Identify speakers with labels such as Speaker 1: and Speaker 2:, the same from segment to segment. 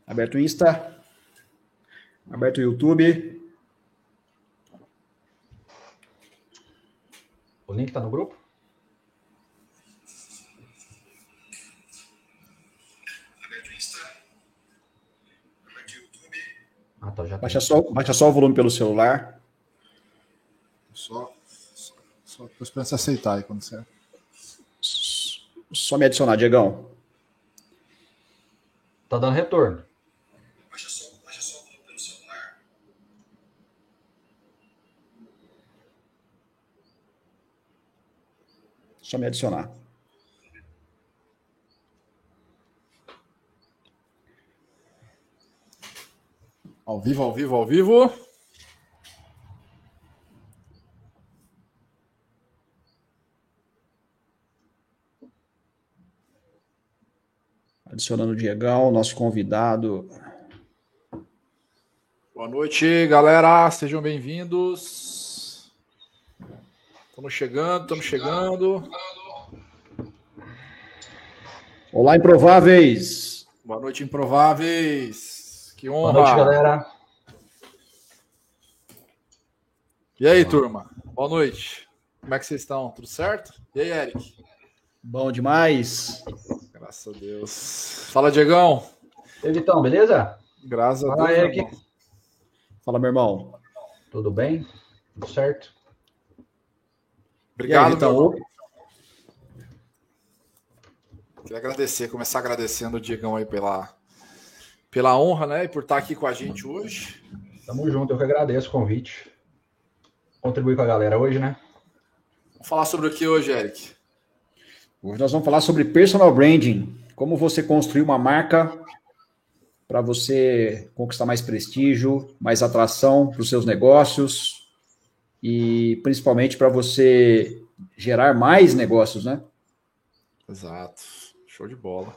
Speaker 1: Aberto o Insta. Aberto o YouTube.
Speaker 2: O link tá no grupo?
Speaker 1: Aberto o Insta. Aberto o YouTube.
Speaker 2: Ah, tá, já
Speaker 1: baixa só o volume pelo celular.
Speaker 3: Só tô esperando você aceitar aí quando você...
Speaker 1: Só me adicionar, Diegão.
Speaker 2: Tá dando retorno.
Speaker 1: Baixa só o volume pelo celular. Só me adicionar.
Speaker 3: Ao vivo, ao vivo, ao vivo.
Speaker 1: Adicionando o Diegão, nosso convidado.
Speaker 3: Boa noite, galera. Sejam bem-vindos. Estamos chegando.
Speaker 1: Olá, improváveis.
Speaker 3: Boa noite, improváveis. Que honra.
Speaker 2: Boa noite, galera.
Speaker 3: E aí, turma? Boa noite. Como é que vocês estão? Tudo certo? E aí, Eric?
Speaker 1: Bom demais.
Speaker 3: Graças a Deus. Fala, Diegão.
Speaker 2: E aí, Vitão, beleza?
Speaker 3: Graças a
Speaker 2: Fala,
Speaker 3: Deus.
Speaker 2: Eric.
Speaker 3: Irmão.
Speaker 1: Fala, meu irmão.
Speaker 2: Tudo bem? Tudo certo?
Speaker 3: Obrigado,
Speaker 1: então.
Speaker 3: meu irmão. Queria agradecer, começar agradecendo o Diegão aí pela honra, né? E por estar aqui com a gente hoje.
Speaker 2: Tamo junto, eu que agradeço o convite. Contribuir com a galera hoje, né?
Speaker 3: Vamos falar sobre o que hoje, Eric?
Speaker 1: Hoje nós vamos falar sobre personal branding. Como você construir uma marca para você conquistar mais prestígio, mais atração para os seus negócios e principalmente para você gerar mais negócios, né?
Speaker 3: Exato. Show de bola.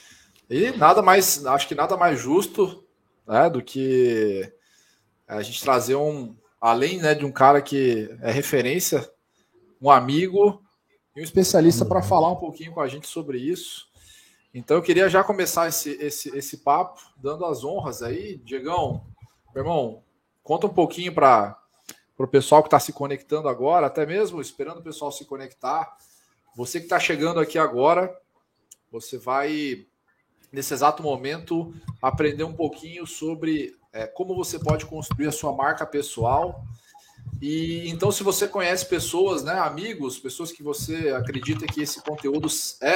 Speaker 3: E acho que nada mais justo, né, do que a gente trazer além, né, de um cara que é referência, um amigo e um especialista para falar um pouquinho com a gente sobre isso. Então eu queria já começar esse papo dando as honras aí. Diegão, meu irmão, conta um pouquinho para o pessoal que está se conectando agora, até mesmo esperando o pessoal se conectar. Você que está chegando aqui agora, você vai, nesse exato momento, aprender um pouquinho sobre como você pode construir a sua marca pessoal. E então, se você conhece pessoas, né, amigos, pessoas que você acredita que esse conteúdo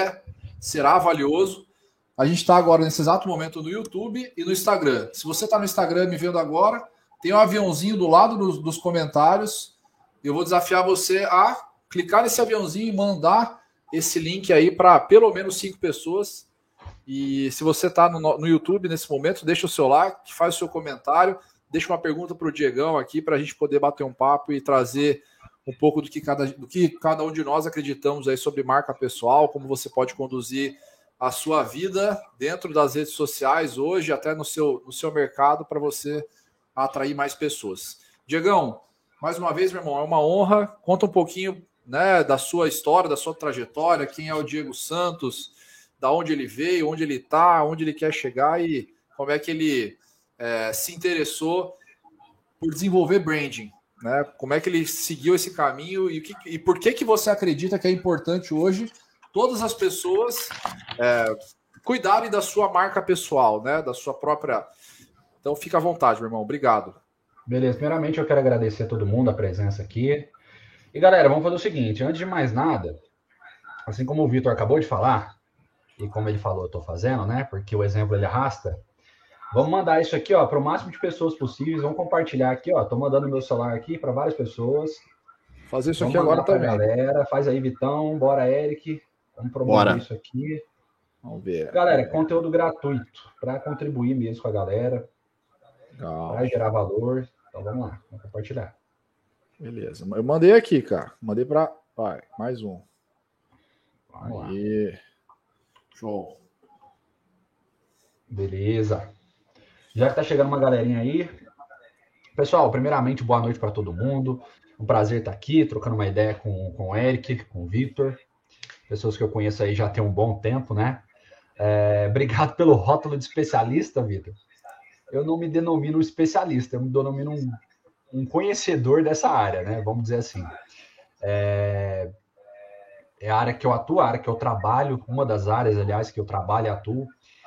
Speaker 3: será valioso, a gente está agora, nesse exato momento, no YouTube e no Instagram. Se você está no Instagram me vendo agora, tem um aviãozinho do lado dos comentários. Eu vou desafiar você a clicar nesse aviãozinho e mandar esse link aí para pelo menos 5 pessoas. E se você está no YouTube nesse momento, deixa o seu like, faz o seu comentário, deixa uma pergunta para o Diegão aqui para a gente poder bater um papo e trazer um pouco do que cada um de nós acreditamos aí sobre marca pessoal, como você pode conduzir a sua vida dentro das redes sociais hoje, até no seu mercado, para você atrair mais pessoas. Diegão, mais uma vez, meu irmão, é uma honra. Conta um pouquinho, né, da sua história, da sua trajetória, quem é o Diego Santos, da onde ele veio, onde ele está, onde ele quer chegar e como é que ele se interessou por desenvolver branding, né? Como é que ele seguiu esse caminho e por que você acredita que é importante hoje todas as pessoas cuidarem da sua marca pessoal, né? Da sua própria... Então fica à vontade, meu irmão. Obrigado.
Speaker 2: Beleza, primeiramente eu quero agradecer a todo mundo a presença aqui. E galera, vamos fazer o seguinte, antes de mais nada, assim como o Vitor acabou de falar, e como ele falou, eu estou fazendo, né? Porque o exemplo ele arrasta. Vamos mandar isso aqui, ó, para o máximo de pessoas possíveis. Vamos compartilhar aqui, ó. Estou mandando meu celular aqui para várias pessoas.
Speaker 3: Fazer isso aqui agora também.
Speaker 2: Galera, faz aí, Vitão. Bora, Eric. Vamos promover isso aqui.
Speaker 3: Vamos ver.
Speaker 2: Galera, conteúdo gratuito para contribuir mesmo com a galera. Para gerar valor. Então vamos lá, vamos compartilhar.
Speaker 3: Beleza. Eu mandei aqui, cara. Mandei para... Vai, mais um.
Speaker 2: Vamos
Speaker 3: aí.
Speaker 2: Lá.
Speaker 3: Show.
Speaker 2: Beleza. Já está chegando uma galerinha aí. Pessoal, primeiramente, boa noite para todo mundo. Um prazer estar aqui, trocando uma ideia com o Eric, com o Victor. Pessoas que eu conheço aí já tem um bom tempo, né? Obrigado pelo rótulo de especialista, Vitor. Eu não me denomino especialista, eu me denomino um conhecedor dessa área, né? Vamos dizer assim. É a área que eu atuo, a área que eu trabalho, uma das áreas, aliás, que eu trabalho e atuo.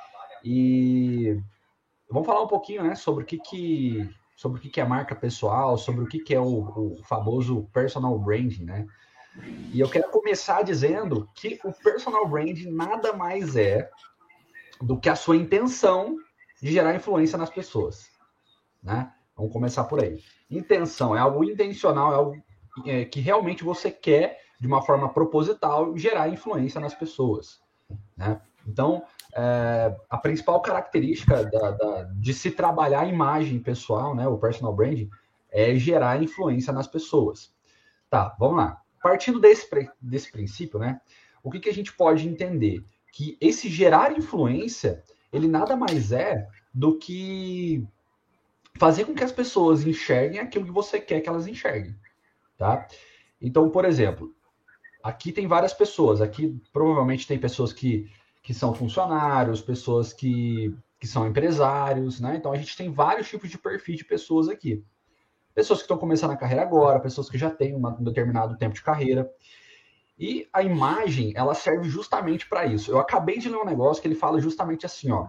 Speaker 2: E vamos falar um pouquinho, né, sobre o que é marca pessoal, sobre o que é o famoso personal branding, né? E eu quero começar dizendo que o personal branding nada mais é do que a sua intenção de gerar influência nas pessoas, né? Vamos começar por aí. Intenção é algo intencional, é algo que realmente você quer, de uma forma proposital, gerar influência nas pessoas, né? Então, a principal característica de se trabalhar a imagem pessoal, né, o personal branding, é gerar influência nas pessoas. Tá, vamos lá. Partindo desse princípio, né, o que a gente pode entender? Que esse gerar influência, ele nada mais é do que fazer com que as pessoas enxerguem aquilo que você quer que elas enxerguem, tá? Então, por exemplo, aqui tem várias pessoas. Aqui provavelmente tem pessoas que são funcionários, pessoas que são empresários, né? Então a gente tem vários tipos de perfil de pessoas aqui. Pessoas que estão começando a carreira agora, pessoas que já têm um determinado tempo de carreira. E a imagem, ela serve justamente para isso. Eu acabei de ler um negócio que ele fala justamente assim, ó.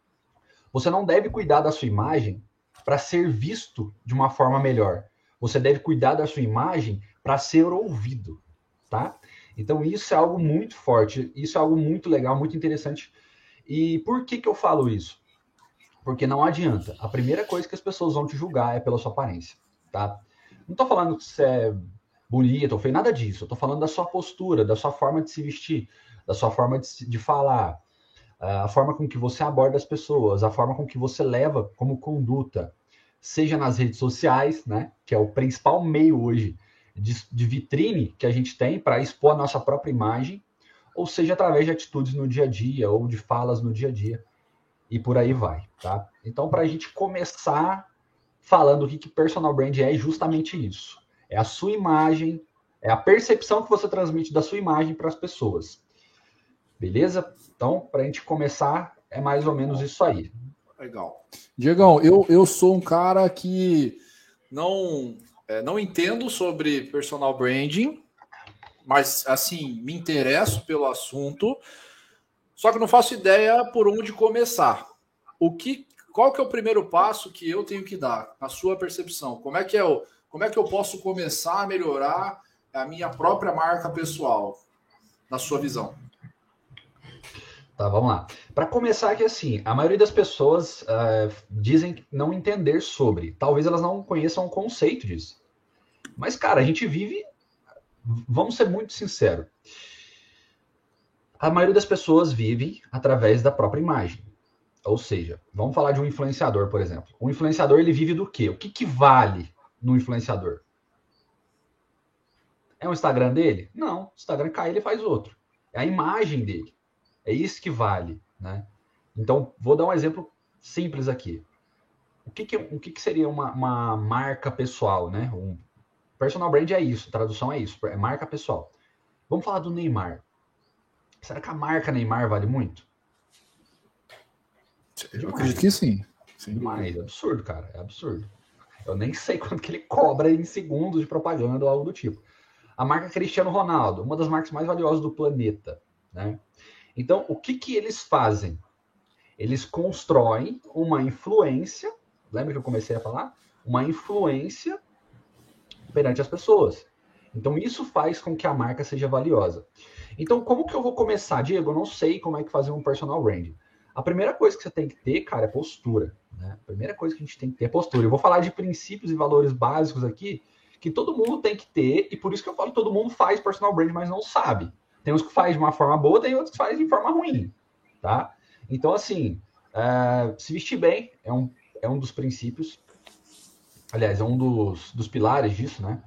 Speaker 2: Você não deve cuidar da sua imagem para ser visto de uma forma melhor. Você deve cuidar da sua imagem para ser ouvido, tá? Então isso é algo muito forte, isso é algo muito legal, muito interessante. E por que eu falo isso? Porque não adianta. A primeira coisa que as pessoas vão te julgar é pela sua aparência, tá? Não tô falando que você é bonito ou feio, nada disso. Eu tô falando da sua postura, da sua forma de se vestir, da sua forma de falar, a forma com que você aborda as pessoas, a forma com que você leva como conduta, seja nas redes sociais, né, que é o principal meio hoje de vitrine que a gente tem para expor a nossa própria imagem, ou seja através de atitudes no dia a dia ou de falas no dia a dia, e por aí vai, tá? Então, para a gente começar falando o que personal brand é justamente isso. É a sua imagem, é a percepção que você transmite da sua imagem para as pessoas. Beleza? Então, para a gente começar, é mais ou menos isso aí.
Speaker 3: Legal. Diegão, eu sou um cara que não entendo sobre personal branding, mas, assim, me interesso pelo assunto, só que não faço ideia por onde começar. Qual que é o primeiro passo que eu tenho que dar, na sua percepção? Como é que eu posso começar a melhorar a minha própria marca pessoal, na sua visão?
Speaker 2: Tá, vamos lá. Para começar aqui assim, a maioria das pessoas dizem não entender sobre. Talvez elas não conheçam o conceito disso. Mas, cara, a gente vive... Vamos ser muito sinceros. A maioria das pessoas vive através da própria imagem. Ou seja, vamos falar de um influenciador, por exemplo. Um influenciador, ele vive do quê? O que vale no influenciador? É o Instagram dele? Não. O Instagram cai, ele faz outro. É a imagem dele. É isso que vale, né? Então, vou dar um exemplo simples aqui. O que seria uma marca pessoal, né? Um personal brand é isso, tradução é isso, é marca pessoal. Vamos falar do Neymar. Será que a marca Neymar vale muito?
Speaker 3: Eu acredito que sim.
Speaker 2: Demais, é absurdo, cara, é absurdo. Eu nem sei quanto que ele cobra em segundos de propaganda ou algo do tipo. A marca Cristiano Ronaldo, uma das marcas mais valiosas do planeta, né? Então, o que eles fazem? Eles constroem uma influência, lembra que eu comecei a falar? Uma influência perante as pessoas. Então, isso faz com que a marca seja valiosa. Então, como que eu vou começar, Diego? Eu não sei como é que fazer um personal branding. A primeira coisa que você tem que ter, cara, é postura, né? A primeira coisa que a gente tem que ter é postura. Eu vou falar de princípios e valores básicos aqui, que todo mundo tem que ter, e por isso que eu falo que todo mundo faz personal branding, mas não sabe. Tem uns que faz de uma forma boa, tem outros que faz de forma ruim, tá? Então, assim, se vestir bem é um dos princípios, aliás, é um dos pilares disso, né?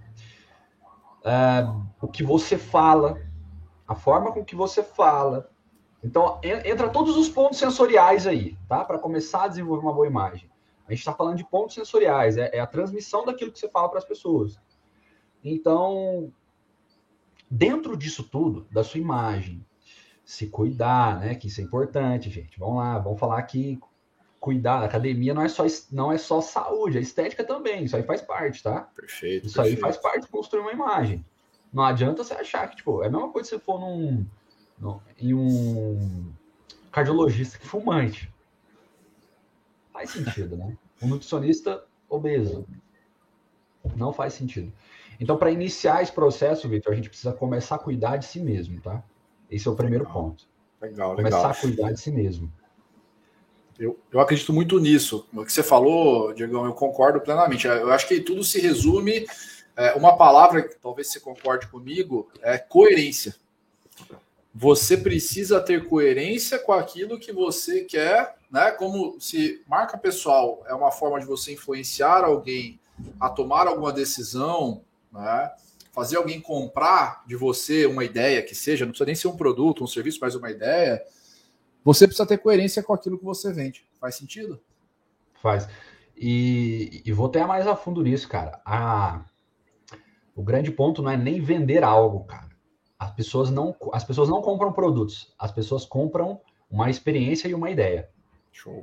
Speaker 2: O que você fala, a forma com que você fala. Então, entra todos os pontos sensoriais aí, tá? Para começar a desenvolver uma boa imagem. A gente está falando de pontos sensoriais, é a transmissão daquilo que você fala para as pessoas. Então, dentro disso tudo, da sua imagem, se cuidar, né? Que isso é importante, gente. Vamos lá, vamos falar que cuidar, academia não é só saúde, é estética também. Isso aí faz parte, tá?
Speaker 3: Perfeito.
Speaker 2: Isso aí faz parte de construir uma imagem. Não adianta você achar que, tipo, é a mesma coisa se você for em um cardiologista fumante. Faz sentido, né? Um nutricionista obeso. Não faz sentido. Então, para iniciar esse processo, Victor, a gente precisa começar a cuidar de si mesmo, tá? Esse é o primeiro ponto.
Speaker 3: Legal.
Speaker 2: Começar a cuidar de si mesmo.
Speaker 3: Eu acredito muito nisso. O que você falou, Diegão, eu concordo plenamente. Eu acho que tudo se resume... uma palavra que talvez você concorde comigo é coerência. Você precisa ter coerência com aquilo que você quer, né? Como se marca pessoal é uma forma de você influenciar alguém a tomar alguma decisão, né? Fazer alguém comprar de você uma ideia que seja, não precisa nem ser um produto, um serviço, mas uma ideia. Você precisa ter coerência com aquilo que você vende. Faz sentido?
Speaker 2: Faz. E vou até mais a fundo nisso, cara. O grande ponto não é nem vender algo, cara. As pessoas não compram produtos, as pessoas compram uma experiência e uma ideia.
Speaker 3: Show.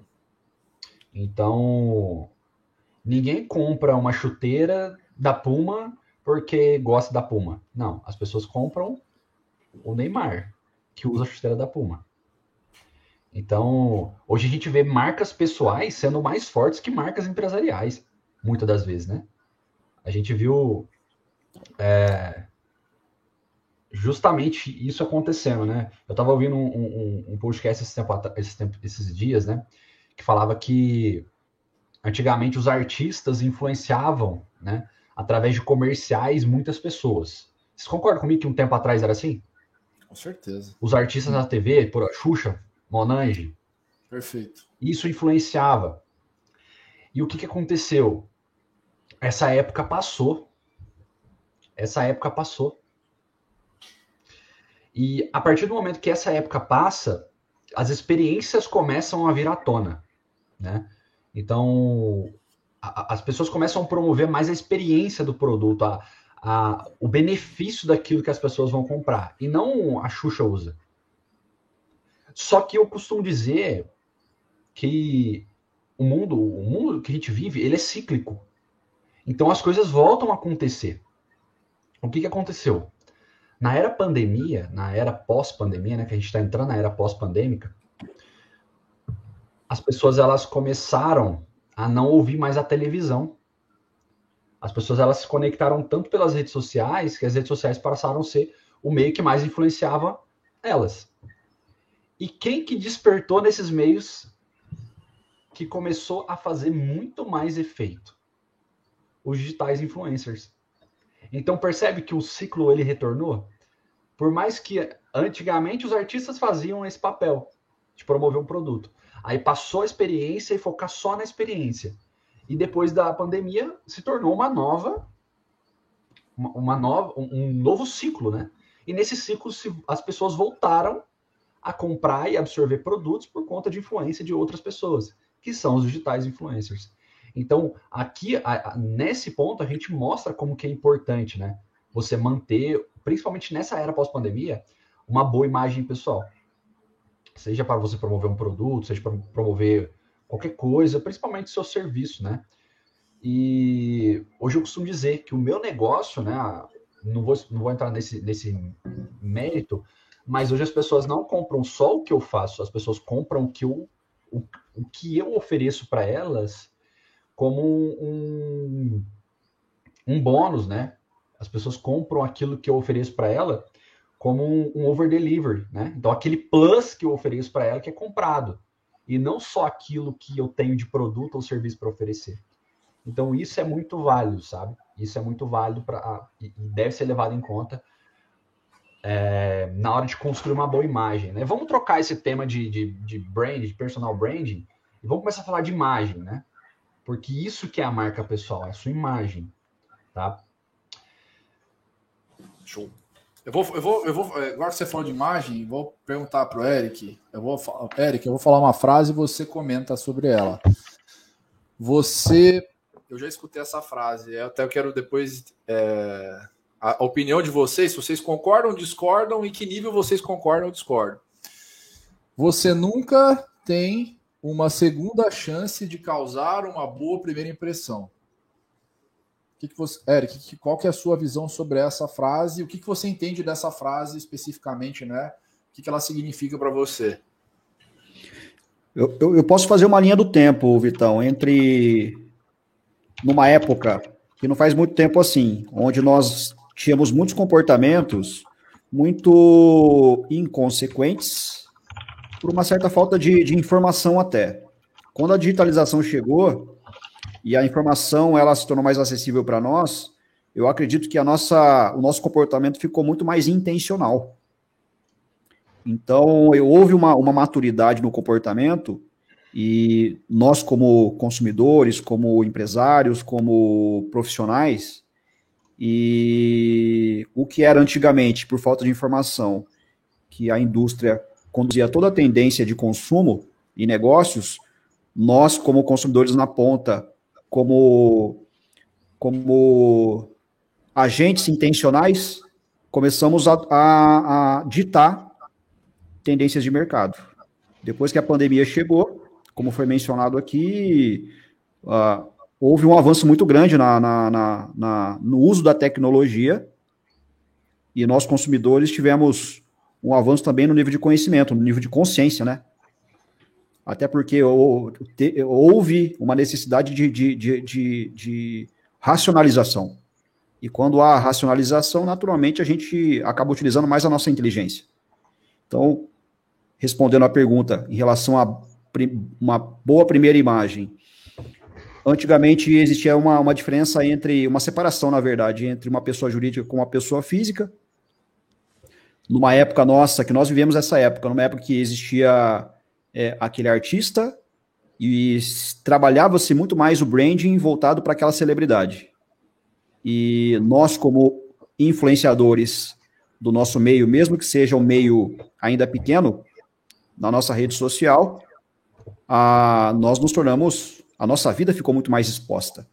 Speaker 2: Então, ninguém compra uma chuteira da Puma porque gosta da Puma. Não, as pessoas compram o Neymar, que usa a chuteira da Puma. Então, hoje a gente vê marcas pessoais sendo mais fortes que marcas empresariais, muitas das vezes, né? A gente viu justamente isso acontecendo, né? Eu estava ouvindo um podcast esses dias, né? Que falava que antigamente os artistas influenciavam, né? Através de comerciais, muitas pessoas. Vocês concordam comigo que um tempo atrás era assim?
Speaker 3: Com certeza.
Speaker 2: Os artistas na TV, por Xuxa, Monange.
Speaker 3: Perfeito.
Speaker 2: Isso influenciava. E o que aconteceu? Essa época passou. E a partir do momento que essa época passa, as experiências começam a vir à tona, né? Então, as pessoas começam a promover mais a experiência do produto, o benefício daquilo que as pessoas vão comprar, e não a Xuxa usa. Só que eu costumo dizer que o mundo que a gente vive, ele é cíclico. Então as coisas voltam a acontecer. O que aconteceu? Na era pandemia, na era pós-pandemia, né, que a gente está entrando na era pós-pandêmica, as pessoas elas começaram a não ouvir mais a televisão. As pessoas elas se conectaram tanto pelas redes sociais que as redes sociais passaram a ser o meio que mais influenciava elas. E quem que despertou nesses meios que começou a fazer muito mais efeito? Os digitais influencers. Então percebe que o ciclo ele retornou? Por mais que antigamente os artistas faziam esse papel de promover um produto. Aí passou a experiência e focar só na experiência. E depois da pandemia se tornou um novo ciclo, né? E nesse ciclo as pessoas voltaram a comprar e absorver produtos por conta de influência de outras pessoas, que são os digitais influencers. Então, aqui, nesse ponto, a gente mostra como que é importante, né? Você manter, principalmente nessa era pós-pandemia, uma boa imagem pessoal. Seja para você promover um produto, seja para promover qualquer coisa, principalmente seu serviço, né? E hoje eu costumo dizer que o meu negócio, né? Não vou entrar nesse mérito, mas hoje as pessoas não compram só o que eu faço, as pessoas compram o que eu ofereço para elas como um bônus, né? As pessoas compram aquilo que eu ofereço para ela como um over-delivery, né? Então, aquele plus que eu ofereço para ela que é comprado. E não só aquilo que eu tenho de produto ou serviço para oferecer. Então, isso é muito válido, sabe? Isso é muito válido e deve ser levado em conta na hora de construir uma boa imagem, né? Vamos trocar esse tema de brand, de personal branding, e vamos começar a falar de imagem, né? Porque isso que é a marca pessoal, é a sua imagem, tá?
Speaker 3: Show. Eu vou, agora que você falou de imagem, vou perguntar para o Eric. Eric, eu vou falar uma frase e você comenta sobre ela. Eu já escutei essa frase, eu até quero depois a opinião de vocês, se vocês concordam, discordam, em que nível vocês concordam ou discordam. você nunca tem uma segunda chance de causar uma boa primeira impressão. Eric, qual que é a sua visão sobre essa frase? O que você entende dessa frase especificamente, né? O que ela significa para você?
Speaker 1: Eu posso fazer uma linha do tempo, Vitão, entre numa época que não faz muito tempo assim, onde nós tínhamos muitos comportamentos muito inconsequentes por uma certa falta de informação até. Quando a digitalização chegou e a informação ela se tornou mais acessível para nós, eu acredito que o nosso comportamento ficou muito mais intencional. Então, houve uma maturidade no comportamento e nós, como consumidores, como empresários, como profissionais, e o que era antigamente, por falta de informação, que a indústria conduzia toda a tendência de consumo e negócios, nós, como consumidores na ponta, como agentes intencionais, começamos a ditar tendências de mercado. Depois que a pandemia chegou, como foi mencionado aqui, houve um avanço muito grande no uso da tecnologia e nós, consumidores, tivemos um avanço também no nível de conhecimento, no nível de consciência, né? Até porque houve uma necessidade de racionalização. E quando há racionalização, naturalmente, a gente acaba utilizando mais a nossa inteligência. Então, respondendo à pergunta em relação a uma boa primeira imagem, antigamente existia uma diferença uma separação, na verdade, entre uma pessoa jurídica com uma pessoa física. Numa época nossa, que nós vivemos essa época, numa época que existia aquele artista e trabalhava-se muito mais o branding voltado para aquela celebridade. E nós, como influenciadores do nosso meio, mesmo que seja um meio ainda pequeno, na nossa rede social, nós nos tornamos, a nossa vida ficou muito mais exposta.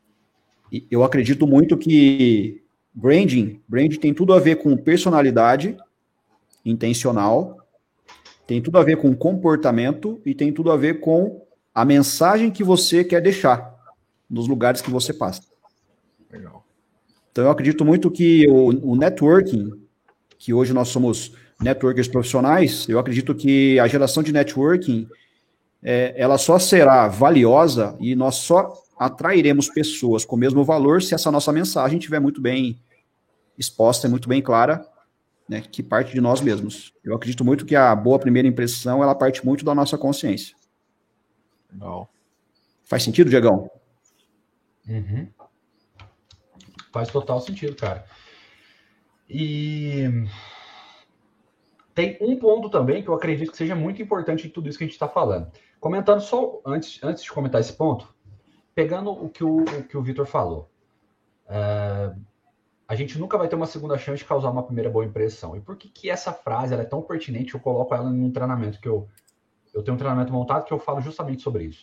Speaker 1: E eu acredito muito que branding tem tudo a ver com personalidade intencional, tem tudo a ver com comportamento e tem tudo a ver com a mensagem que você quer deixar nos lugares que você passa.
Speaker 3: Legal.
Speaker 1: Então eu acredito muito que o networking, que hoje nós somos networkers profissionais, eu acredito que a geração de networking, ela só será valiosa e nós só atrairemos pessoas com o mesmo valor se essa nossa mensagem estiver muito bem exposta e muito bem clara, né, que parte de nós mesmos. Eu acredito muito que a boa primeira impressão, ela parte muito da nossa consciência.
Speaker 3: Legal.
Speaker 1: Faz sentido, Diegão?
Speaker 2: Uhum. Faz total sentido, cara. E tem um ponto também que eu acredito que seja muito importante em tudo isso que a gente está falando. Comentando só, antes de comentar esse ponto, pegando o que o Vitor falou. A gente nunca vai ter uma segunda chance de causar uma primeira boa impressão. E por que essa frase ela é tão pertinente? Eu coloco ela num treinamento que eu tenho um treinamento montado que eu falo justamente sobre isso.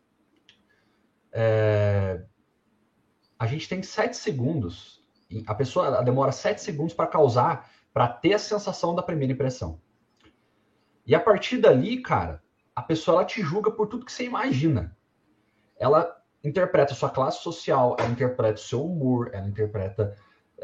Speaker 2: A gente tem 7 segundos. A pessoa ela demora 7 segundos para ter a sensação da primeira impressão. E a partir dali, cara, a pessoa ela te julga por tudo que você imagina. Ela interpreta a sua classe social, ela interpreta o seu humor, ela interpreta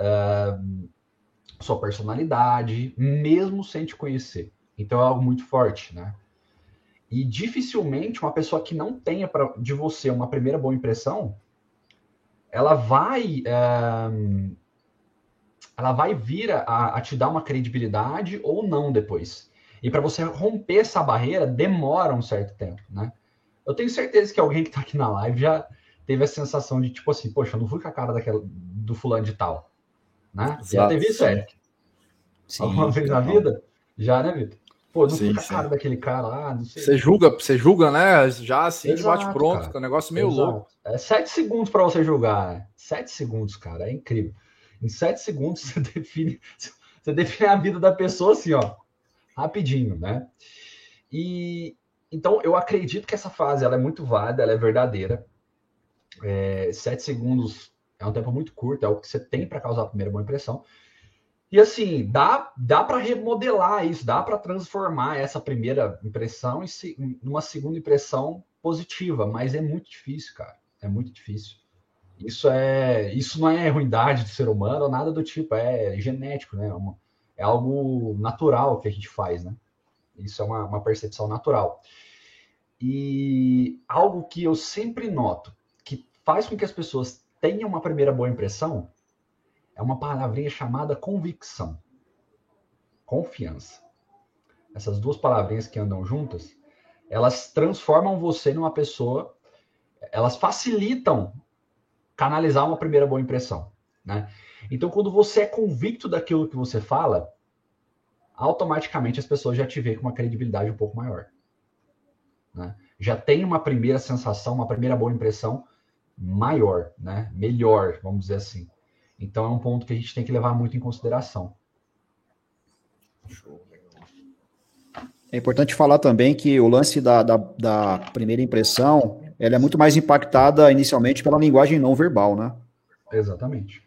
Speaker 2: sua personalidade, mesmo sem te conhecer. Então é algo muito forte, né? E dificilmente uma pessoa que não tenha de você uma primeira boa impressão, ela vai vir a te dar uma credibilidade ou não depois. E para você romper essa barreira, demora um certo tempo, né? Eu tenho certeza que alguém que está aqui na live já teve a sensação de, tipo assim, poxa, eu não fui com a cara do fulano de tal, né?
Speaker 3: Exato,
Speaker 2: já teve isso, Eric?
Speaker 1: Sim,
Speaker 2: alguma vez na vida? Já, né, Vitor? Pô, não fui com a cara
Speaker 3: sim.
Speaker 2: daquele cara lá, não sei.
Speaker 3: Você julga, né? Já assim, de bate pronto,
Speaker 2: cara.
Speaker 3: que é um negócio meio louco.
Speaker 2: 7 segundos para você julgar, né? 7 segundos, cara, é incrível. Em 7 segundos você define a vida da pessoa assim, ó, rapidinho, né? E então eu acredito que essa frase ela é muito válida, ela é verdadeira. 7 segundos é um tempo muito curto, é o que você tem para causar a primeira boa impressão. E assim, dá para remodelar isso, dá para transformar essa primeira impressão em uma segunda impressão positiva, mas é muito difícil, cara. É muito difícil. Isso não é ruindade do ser humano ou nada do tipo, é genético, né? É algo natural que a gente faz, né? Isso é uma percepção natural. E algo que eu sempre noto, que faz com que as pessoas tenham uma primeira boa impressão, é uma palavrinha chamada convicção. Confiança. Essas duas palavrinhas que andam juntas, elas transformam você numa pessoa, elas facilitam canalizar uma primeira boa impressão, né? Então, quando você é convicto daquilo que você fala, automaticamente as pessoas já te veem com uma credibilidade um pouco maior, né? Já tem uma primeira sensação, uma primeira boa impressão maior, né? Melhor, vamos dizer assim. Então, é um ponto que a gente tem que levar muito em consideração.
Speaker 1: É importante falar também que o lance da primeira impressão, ela é muito mais impactada inicialmente pela linguagem não verbal, né?
Speaker 2: Exatamente.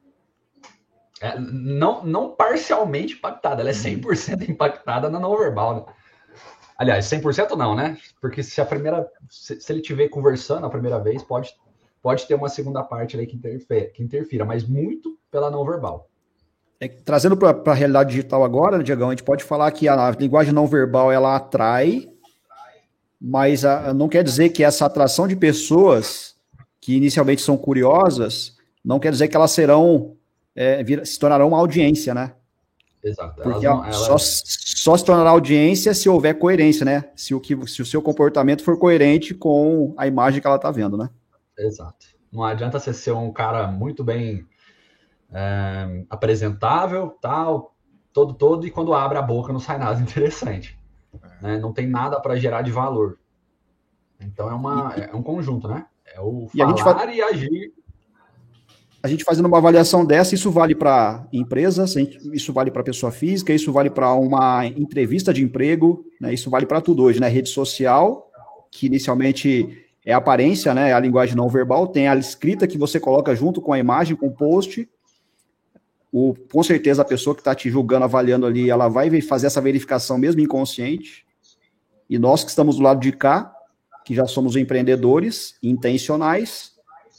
Speaker 2: Não parcialmente impactada, ela é 100% impactada na não verbal, né? Aliás, 100% não, né? Porque se ele te ver conversando a primeira vez, pode ter uma segunda parte ali que interfira, mas muito pela não verbal.
Speaker 1: Trazendo para a realidade digital agora, né, Diegão, a gente pode falar que a linguagem não verbal ela atrai, mas não quer dizer que essa atração de pessoas que inicialmente são curiosas, não quer dizer que elas se tornarão uma audiência, né?
Speaker 2: Exato.
Speaker 1: Porque só se tornará audiência se houver coerência, né? Se o seu comportamento for coerente com a imagem que ela está vendo, né?
Speaker 2: Exato. Não adianta você ser um cara muito bem apresentável, tal, todo, e quando abre a boca não sai nada interessante. Né? Não tem nada para gerar de valor. Então é um conjunto, né? É o falar e agir.
Speaker 1: A gente fazendo uma avaliação dessa, isso vale para empresas, isso vale para pessoa física, isso vale para uma entrevista de emprego, né? Isso vale para tudo hoje, né? Rede social, que inicialmente é a aparência, né? A linguagem não verbal, tem a escrita que você coloca junto com a imagem, com o post. Com certeza a pessoa que está te julgando, avaliando ali, ela vai fazer essa verificação mesmo inconsciente. E nós que estamos do lado de cá, que já somos empreendedores intencionais,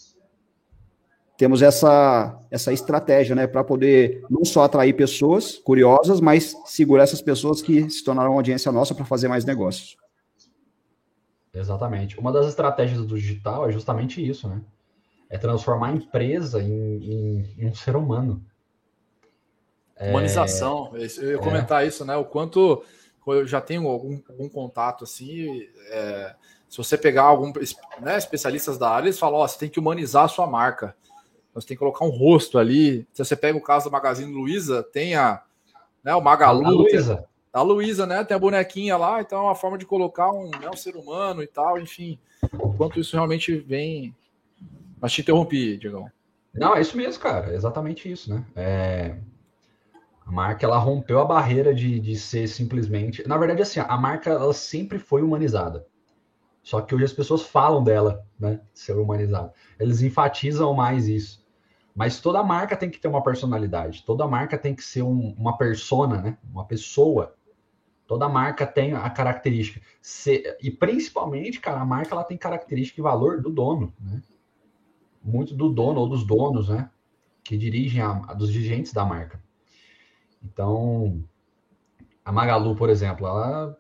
Speaker 1: temos essa estratégia, né, para poder não só atrair pessoas curiosas, mas segurar essas pessoas que se tornarão audiência nossa para fazer mais negócios.
Speaker 2: Exatamente. Uma das estratégias do digital é justamente isso, né? É transformar a empresa em um ser humano.
Speaker 3: Humanização. Eu ia comentar isso, né? O quanto eu já tenho algum contato assim. Se você pegar algum especialistas da área, eles falam: você tem que humanizar a sua marca. Você tem que colocar um rosto ali. Se você pega o caso da Magazine Luiza, tem o Magalu. A Luiza, né? Tem a bonequinha lá, então é uma forma de colocar um ser humano e tal, enfim. O quanto isso realmente vem. Mas te interrompi, Diegão.
Speaker 2: Não, é isso mesmo, cara. É exatamente isso, né? A marca, ela rompeu a barreira de ser simplesmente... Na verdade, assim, a marca, ela sempre foi humanizada. Só que hoje as pessoas falam dela, né? Ser humanizada. Eles enfatizam mais isso. Mas toda marca tem que ter uma personalidade. Toda marca tem que ser uma persona, né? Uma pessoa. Toda marca tem a característica. E principalmente, cara, a marca ela tem característica e valor do dono, né? Muito do dono ou dos donos, né? Que dirigem dos dirigentes da marca. Então, a Magalu, por exemplo, ela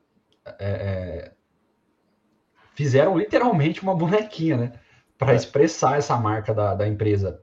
Speaker 2: fizeram literalmente uma bonequinha, né? Para expressar essa marca da empresa.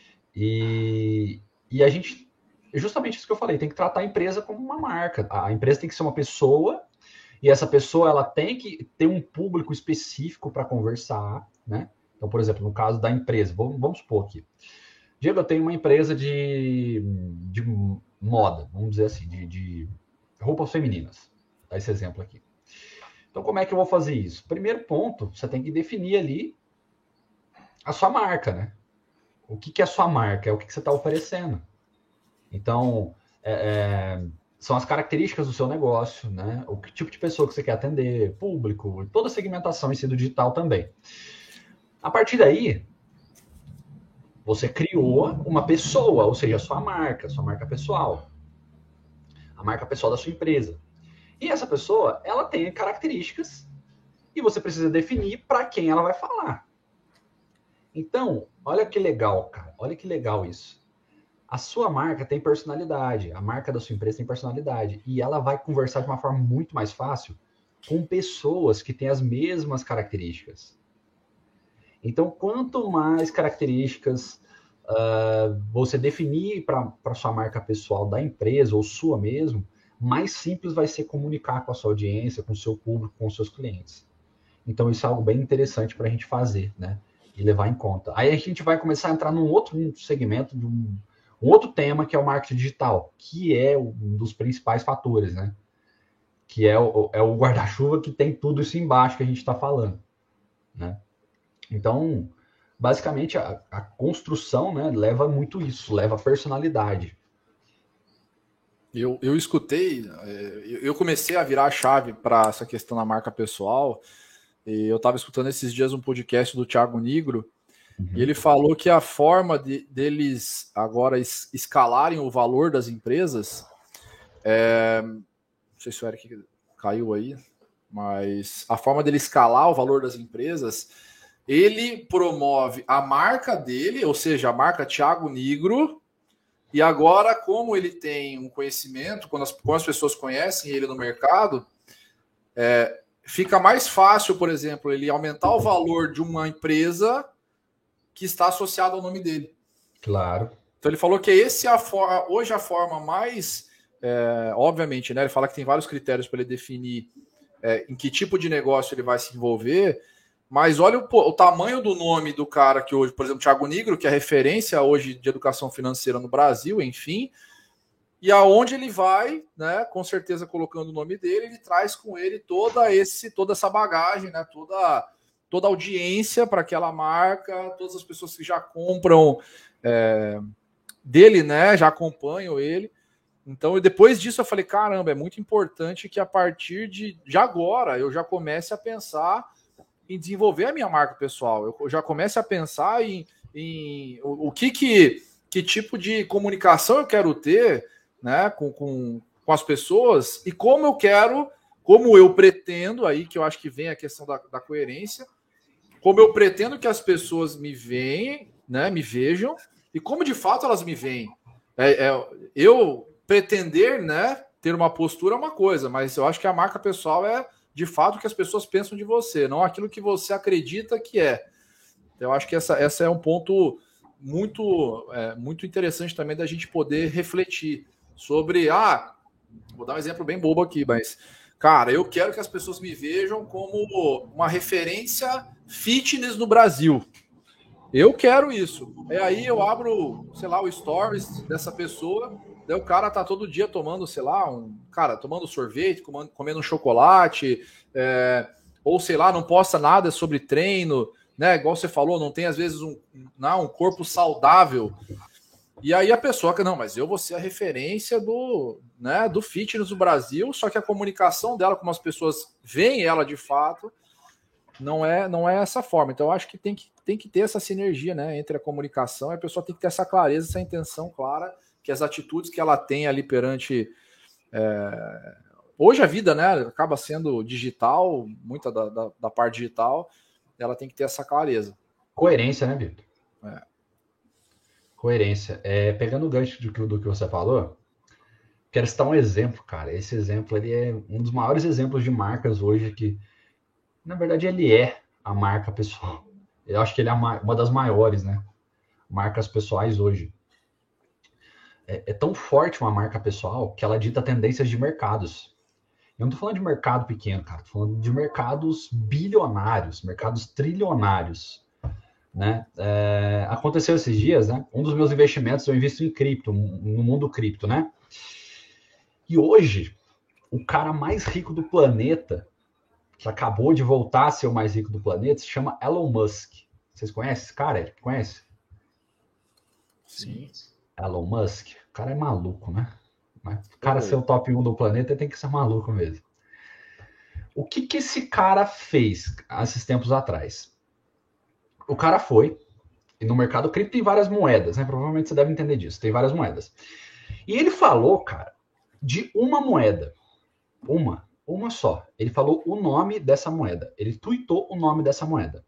Speaker 2: E a gente, justamente isso que eu falei, tem que tratar a empresa como uma marca. A empresa tem que ser uma pessoa, e essa pessoa ela tem que ter um público específico para conversar, né? Então, por exemplo, no caso da empresa, vamos supor aqui. Diego, eu tenho uma empresa de moda, vamos dizer assim, de roupas femininas. Dá esse exemplo aqui. Então, como é que eu vou fazer isso? Primeiro ponto, você tem que definir ali a sua marca, né? O que é a sua marca? É o que você está oferecendo. Então, são as características do seu negócio, né? O que tipo de pessoa que você quer atender, público, toda a segmentação em si do digital também. A partir daí, Você criou uma pessoa, ou seja, a sua marca pessoal. A marca pessoal da sua empresa. E essa pessoa, ela tem características e você precisa definir para quem ela vai falar. Então, olha que legal, cara. Olha que legal isso. A sua marca tem personalidade. A marca da sua empresa tem personalidade. E ela vai conversar de uma forma muito mais fácil com pessoas que têm as mesmas características. Então, quanto mais características você definir para a sua marca pessoal da empresa ou sua mesmo, mais simples vai ser comunicar com a sua audiência, com o seu público, com os seus clientes. Então, isso é algo bem interessante para a gente fazer, né? E levar em conta. Aí a gente vai começar a entrar num outro segmento, de um outro tema, que é o marketing digital, que é um dos principais fatores, né? Que é o guarda-chuva que tem tudo isso embaixo que a gente está falando, né? Então, basicamente, a construção, né, leva muito isso, leva personalidade.
Speaker 3: Eu escutei, eu comecei a virar a chave para essa questão da marca pessoal, e eu estava escutando esses dias um podcast do Thiago Nigro, e ele falou que a forma deles agora escalarem o valor das empresas, não sei se o Eric caiu aí, mas a forma dele escalar o valor das empresas, ele promove a marca dele, ou seja, a marca Thiago Nigro, e agora, como ele tem um conhecimento, quando as pessoas conhecem ele no mercado, fica mais fácil, por exemplo, ele aumentar o valor de uma empresa que está associada ao nome dele.
Speaker 2: Claro.
Speaker 3: Então ele falou que hoje a forma mais, obviamente, né? Ele fala que tem vários critérios para ele definir em que tipo de negócio ele vai se envolver, mas olha o tamanho do nome do cara que hoje, por exemplo, Thiago Nigro, que é referência hoje de educação financeira no Brasil, enfim, e aonde ele vai, né, com certeza colocando o nome dele, ele traz com ele toda essa bagagem, né, toda a audiência para aquela marca, todas as pessoas que já compram dele, né, já acompanham ele. Então, depois disso eu falei, caramba, é muito importante que a partir de agora eu já comece a pensar em desenvolver a minha marca pessoal. Eu já comece a pensar em que tipo de comunicação eu quero ter, né, com as pessoas, e como eu pretendo, aí que eu acho que vem a questão da coerência, como eu pretendo que as pessoas me vejam, e como de fato elas me veem. Eu pretender, né, ter uma postura é uma coisa, mas eu acho que a marca pessoal é de fato o que as pessoas pensam de você, não aquilo que você acredita que é. Eu acho que essa é um ponto muito interessante também da gente poder refletir sobre, vou dar um exemplo bem bobo aqui, mas, cara, eu quero que as pessoas me vejam como uma referência fitness no Brasil. Eu quero isso. Aí eu abro, sei lá, o stories dessa pessoa, daí o cara tá todo dia tomando, sei lá, tomando sorvete, comendo um chocolate, ou sei lá, não posta nada sobre treino, né? Igual você falou, não tem às vezes um corpo saudável. E aí a pessoa que, não, mas eu vou ser a referência do fitness do Brasil, só que a comunicação dela, como as pessoas veem ela de fato, não é essa forma. Então eu acho que tem que ter essa sinergia, né, entre a comunicação, e a pessoa tem que ter essa clareza, essa intenção clara, que as atitudes que ela tem ali perante... Hoje a vida, né, acaba sendo digital, muita da parte digital, ela tem que ter essa clareza.
Speaker 2: Coerência, né, Vitor? Coerência. Pegando o gancho do que você falou, quero citar um exemplo, cara. Esse exemplo ele é um dos maiores exemplos de marcas hoje que, na verdade, ele é a marca pessoal. Eu acho que ele é uma das maiores, né? Marcas pessoais hoje. É tão forte uma marca pessoal que ela dita tendências de mercados. Eu não tô falando de mercado pequeno, cara. Tô falando de mercados bilionários, mercados trilionários, né? Aconteceu esses dias, né? Um dos meus investimentos eu invisto em cripto, no mundo cripto, né? E hoje, o cara mais rico do planeta, que acabou de voltar a ser o mais rico do planeta, se chama Elon Musk. Vocês conhecem esse cara? Ele conhece?
Speaker 3: Sim.
Speaker 2: Elon Musk. O cara é maluco, né? O cara ser o top 1 do planeta tem que ser maluco mesmo. O que esse cara fez esses tempos atrás? O cara foi E no mercado cripto tem várias moedas, né? Provavelmente você deve entender disso. Tem várias moedas. E ele falou, cara, de uma moeda. Uma só. Ele falou o nome dessa moeda. Ele tweetou o nome dessa moeda.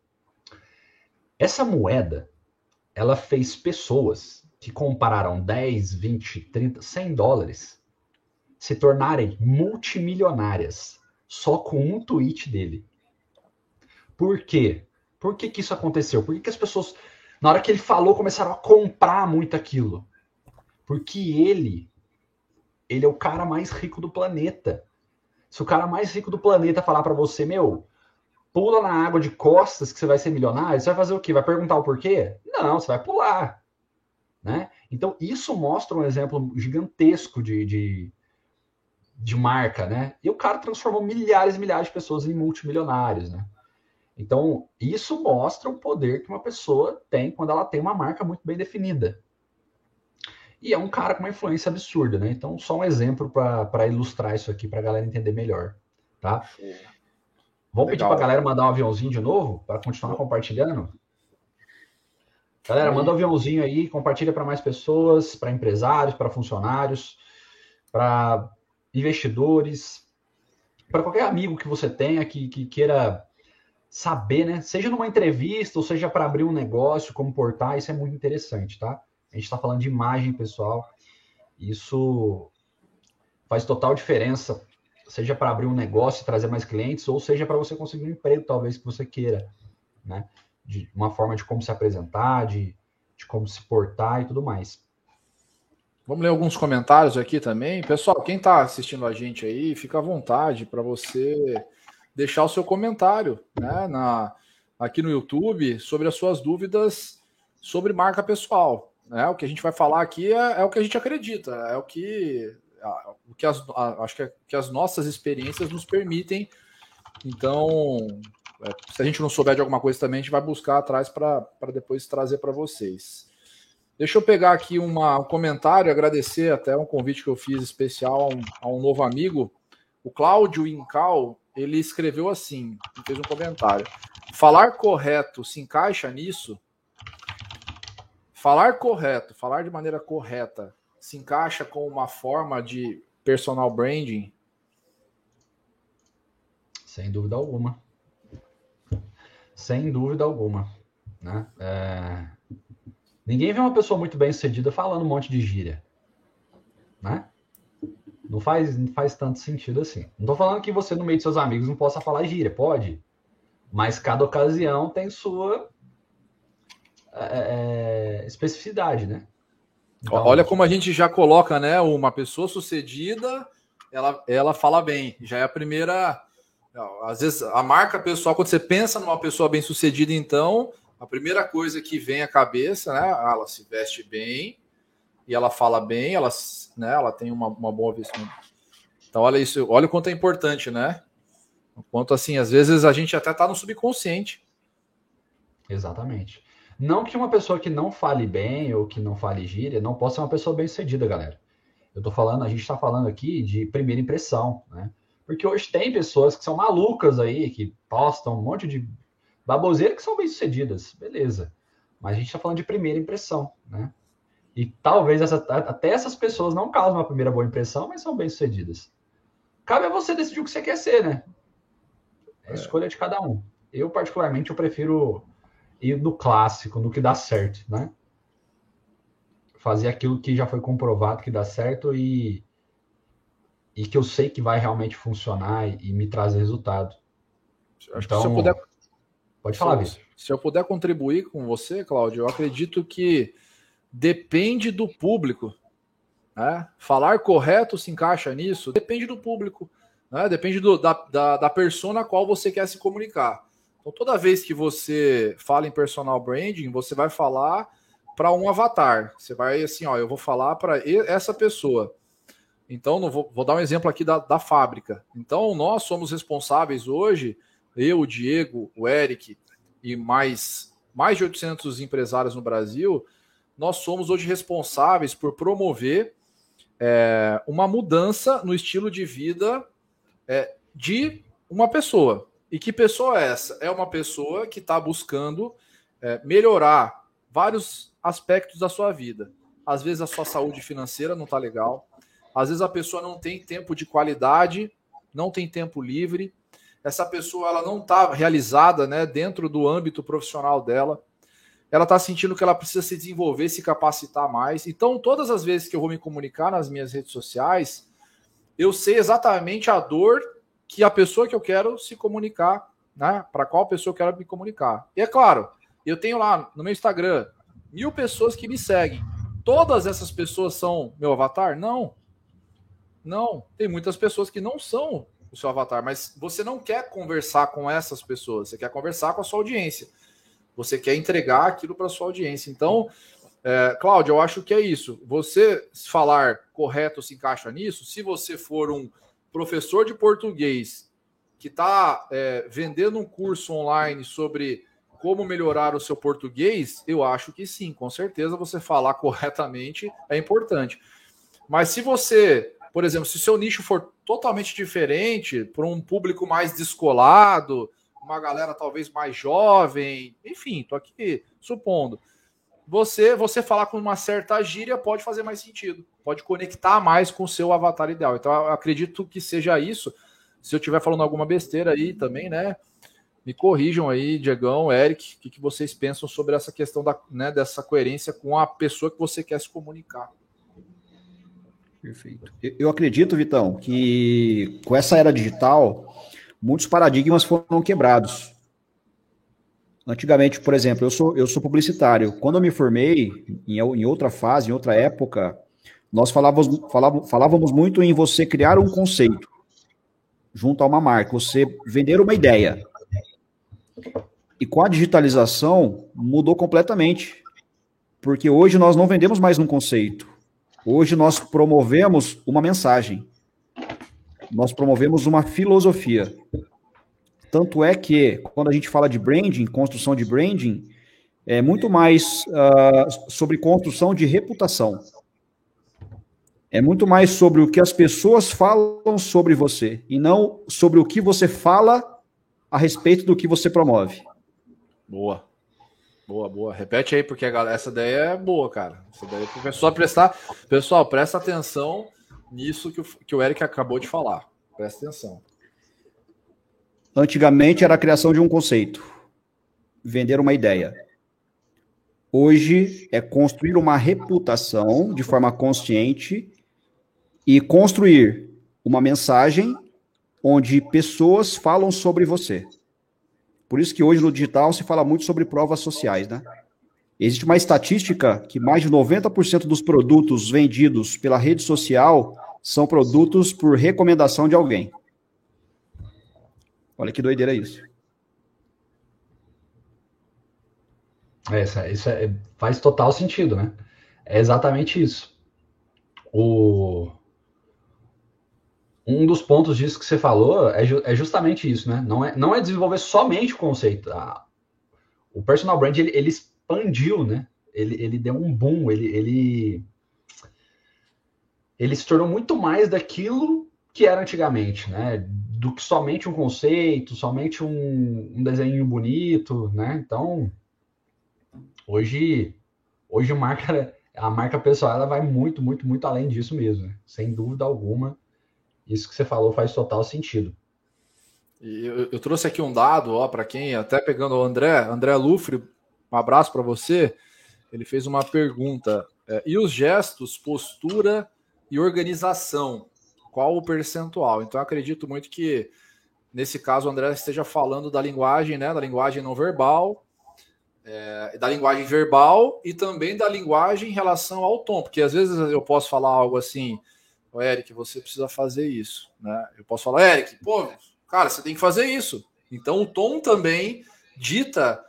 Speaker 2: Essa moeda, ela fez pessoas que compraram 10, 20, 30, 100 dólares se tornarem multimilionárias só com um tweet dele. Por quê? Por que isso aconteceu? Por que as pessoas, na hora que ele falou, começaram a comprar muito aquilo? Porque ele é o cara mais rico do planeta. Se o cara mais rico do planeta falar para você, meu, pula na água de costas que você vai ser milionário, você vai fazer o quê? Vai perguntar o porquê? Não, você vai pular. Né? Então, isso mostra um exemplo gigantesco de marca, né? E o cara transformou milhares e milhares de pessoas em multimilionários, né? Então, isso mostra o poder que uma pessoa tem quando ela tem uma marca muito bem definida. E é um cara com uma influência absurda, né? Então, só um exemplo para ilustrar isso aqui, para a galera entender melhor, tá? Vamos pedir para a galera mandar um aviãozinho de novo, para continuar compartilhando? Galera, manda um aviãozinho aí, compartilha para mais pessoas, para empresários, para funcionários, para investidores, para qualquer amigo que você tenha que queira saber, né? Seja numa entrevista ou seja para abrir um negócio, como portar, isso é muito interessante, tá? A gente está falando de imagem, pessoal. Isso faz total diferença, seja para abrir um negócio e trazer mais clientes, ou seja para você conseguir um emprego, talvez, que você queira, né? De uma forma de como se apresentar, de como se portar e tudo mais.
Speaker 3: Vamos ler alguns comentários aqui também. Pessoal, quem está assistindo a gente aí, fica à vontade para você deixar o seu comentário, né, aqui no YouTube sobre as suas dúvidas sobre marca pessoal. Né? O que a gente vai falar aqui é o que a gente acredita, é o que acho que as nossas experiências nos permitem. Então, se a gente não souber de alguma coisa também, a gente vai buscar atrás para depois trazer para vocês. Deixa eu pegar aqui um comentário, agradecer até um convite que eu fiz especial a um novo amigo, o Cláudio Incal. Ele escreveu assim, fez um comentário. Falar correto se encaixa nisso? Falar correto, falar de maneira correta, se encaixa com uma forma de personal branding?
Speaker 2: Sem dúvida alguma. Sem dúvida alguma. Né? Ninguém vê uma pessoa muito bem sucedida falando um monte de gíria. Né? Não faz tanto sentido assim. Não estou falando que você, no meio de seus amigos, não possa falar gíria. Pode. Mas cada ocasião tem sua especificidade, né?
Speaker 3: Então, olha como a gente já coloca, né? Uma pessoa sucedida, ela fala bem. Já é a primeira... Às vezes, a marca pessoal, quando você pensa numa pessoa bem sucedida, então, a primeira coisa que vem à cabeça, né? Ela se veste bem e ela fala bem, ela tem uma boa vestimenta. Então, olha isso, olha o quanto é importante, né? O quanto, assim, às vezes a gente até tá no subconsciente.
Speaker 2: Exatamente. Não que uma pessoa que não fale bem ou que não fale gíria não possa ser uma pessoa bem-sucedida, galera. A gente está falando aqui de primeira impressão, né? Porque hoje tem pessoas que são malucas aí, que postam um monte de baboseira que são bem-sucedidas, beleza. Mas a gente está falando de primeira impressão, né? E talvez até essas pessoas não causam uma primeira boa impressão, mas são bem-sucedidas. Cabe a você decidir o que você quer ser, né? É a escolha de cada um. Eu, particularmente, eu prefiro ir no clássico, no que dá certo, né? Fazer aquilo que já foi comprovado que dá certo e que eu sei que vai realmente funcionar e me trazer resultado.
Speaker 3: Acho que se eu puder...
Speaker 2: Pode falar, Vitor.
Speaker 3: Se eu puder contribuir com você, Cláudio, eu acredito que depende do público. Né? Falar correto se encaixa nisso? Depende do público. Né? Depende da persona a qual você quer se comunicar. Então, toda vez que você fala em personal branding, você vai falar para um avatar. Você vai assim, ó, eu vou falar para essa pessoa. Então, vou dar um exemplo aqui da fábrica. Então, nós somos responsáveis hoje, eu, o Diego, o Eric e mais de 800 empresários no Brasil, nós somos hoje responsáveis por promover uma mudança no estilo de vida de uma pessoa. E que pessoa é essa? É uma pessoa que está buscando melhorar vários aspectos da sua vida. Às vezes a sua saúde financeira não está legal, às vezes a pessoa não tem tempo de qualidade, não tem tempo livre, essa pessoa ela não está realizada, né, dentro do âmbito profissional dela, ela está sentindo que ela precisa se desenvolver, se capacitar mais. Então, todas as vezes que eu vou me comunicar nas minhas redes sociais, eu sei exatamente a dor que a pessoa que eu quero se comunicar, né, para qual pessoa eu quero me comunicar. E é claro, eu tenho lá no meu Instagram 1.000 pessoas que me seguem. Todas essas pessoas são meu avatar? Não. Não. Tem muitas pessoas que não são o seu avatar, mas você não quer conversar com essas pessoas, você quer conversar com a sua audiência. Você quer entregar aquilo para a sua audiência. Então, Cláudio, eu acho que é isso. Você falar correto se encaixa nisso. Se você for um professor de português que está vendendo um curso online sobre como melhorar o seu português, eu acho que sim, com certeza você falar corretamente é importante. Mas se você, por exemplo, se o seu nicho for totalmente diferente, para um público mais descolado, uma galera talvez mais jovem, enfim, estou aqui supondo, você falar com uma certa gíria pode fazer mais sentido, pode conectar mais com o seu avatar ideal. Então, eu acredito que seja isso. Se eu estiver falando alguma besteira aí também, né, me corrijam aí, Diegão, Eric, o que vocês pensam sobre essa questão dessa coerência com a pessoa que você quer se comunicar.
Speaker 1: Perfeito. Eu acredito, Vitão, que com essa era digital, muitos paradigmas foram quebrados. Antigamente, por exemplo, eu sou publicitário. Quando eu me formei, em outra fase, em outra época, nós falávamos muito em você criar um conceito junto a uma marca, você vender uma ideia. E com a digitalização, mudou completamente. Porque hoje nós não vendemos mais um conceito. Hoje nós promovemos uma mensagem. Nós promovemos uma filosofia. Tanto é que, quando a gente fala de branding, construção de branding, é muito mais sobre construção de reputação. É muito mais sobre o que as pessoas falam sobre você, e não sobre o que você fala a respeito do que você promove.
Speaker 3: Boa. Boa. Repete aí, porque essa ideia é boa, cara. Essa ideia é pessoal prestar. Pessoal, presta atenção nisso que o Eric acabou de falar. Presta atenção.
Speaker 1: Antigamente era a criação de um conceito, vender uma ideia. Hoje é construir uma reputação de forma consciente e construir uma mensagem onde pessoas falam sobre você. Por isso que hoje no digital se fala muito sobre provas sociais, né? Existe uma estatística que mais de 90% dos produtos vendidos pela rede social são produtos por recomendação de alguém. Olha que doideira isso.
Speaker 2: Isso faz total sentido, né? É exatamente isso. Um dos pontos disso que você falou é justamente isso, né? Não é desenvolver somente o conceito. O personal brand, ele expandiu, né? Ele deu um boom, ele se tornou muito mais daquilo que era antigamente, né? Do que somente um conceito, somente um desenho bonito, né? Então, hoje a marca pessoal ela vai muito, muito, muito além disso mesmo, né? Sem dúvida alguma. Isso que você falou faz total sentido.
Speaker 3: E eu trouxe aqui um dado, ó, para quem, até pegando o André Lufre, um abraço para você. Ele fez uma pergunta. E os gestos, postura e organização? Qual o percentual? Então, eu acredito muito que, nesse caso, o André esteja falando da linguagem, né? Da linguagem não verbal, da linguagem verbal e também da linguagem em relação ao tom. Porque, às vezes, eu posso falar algo assim, Eric, você precisa fazer isso, né? Eu posso falar, Eric, pô, cara, você tem que fazer isso. Então, o tom também dita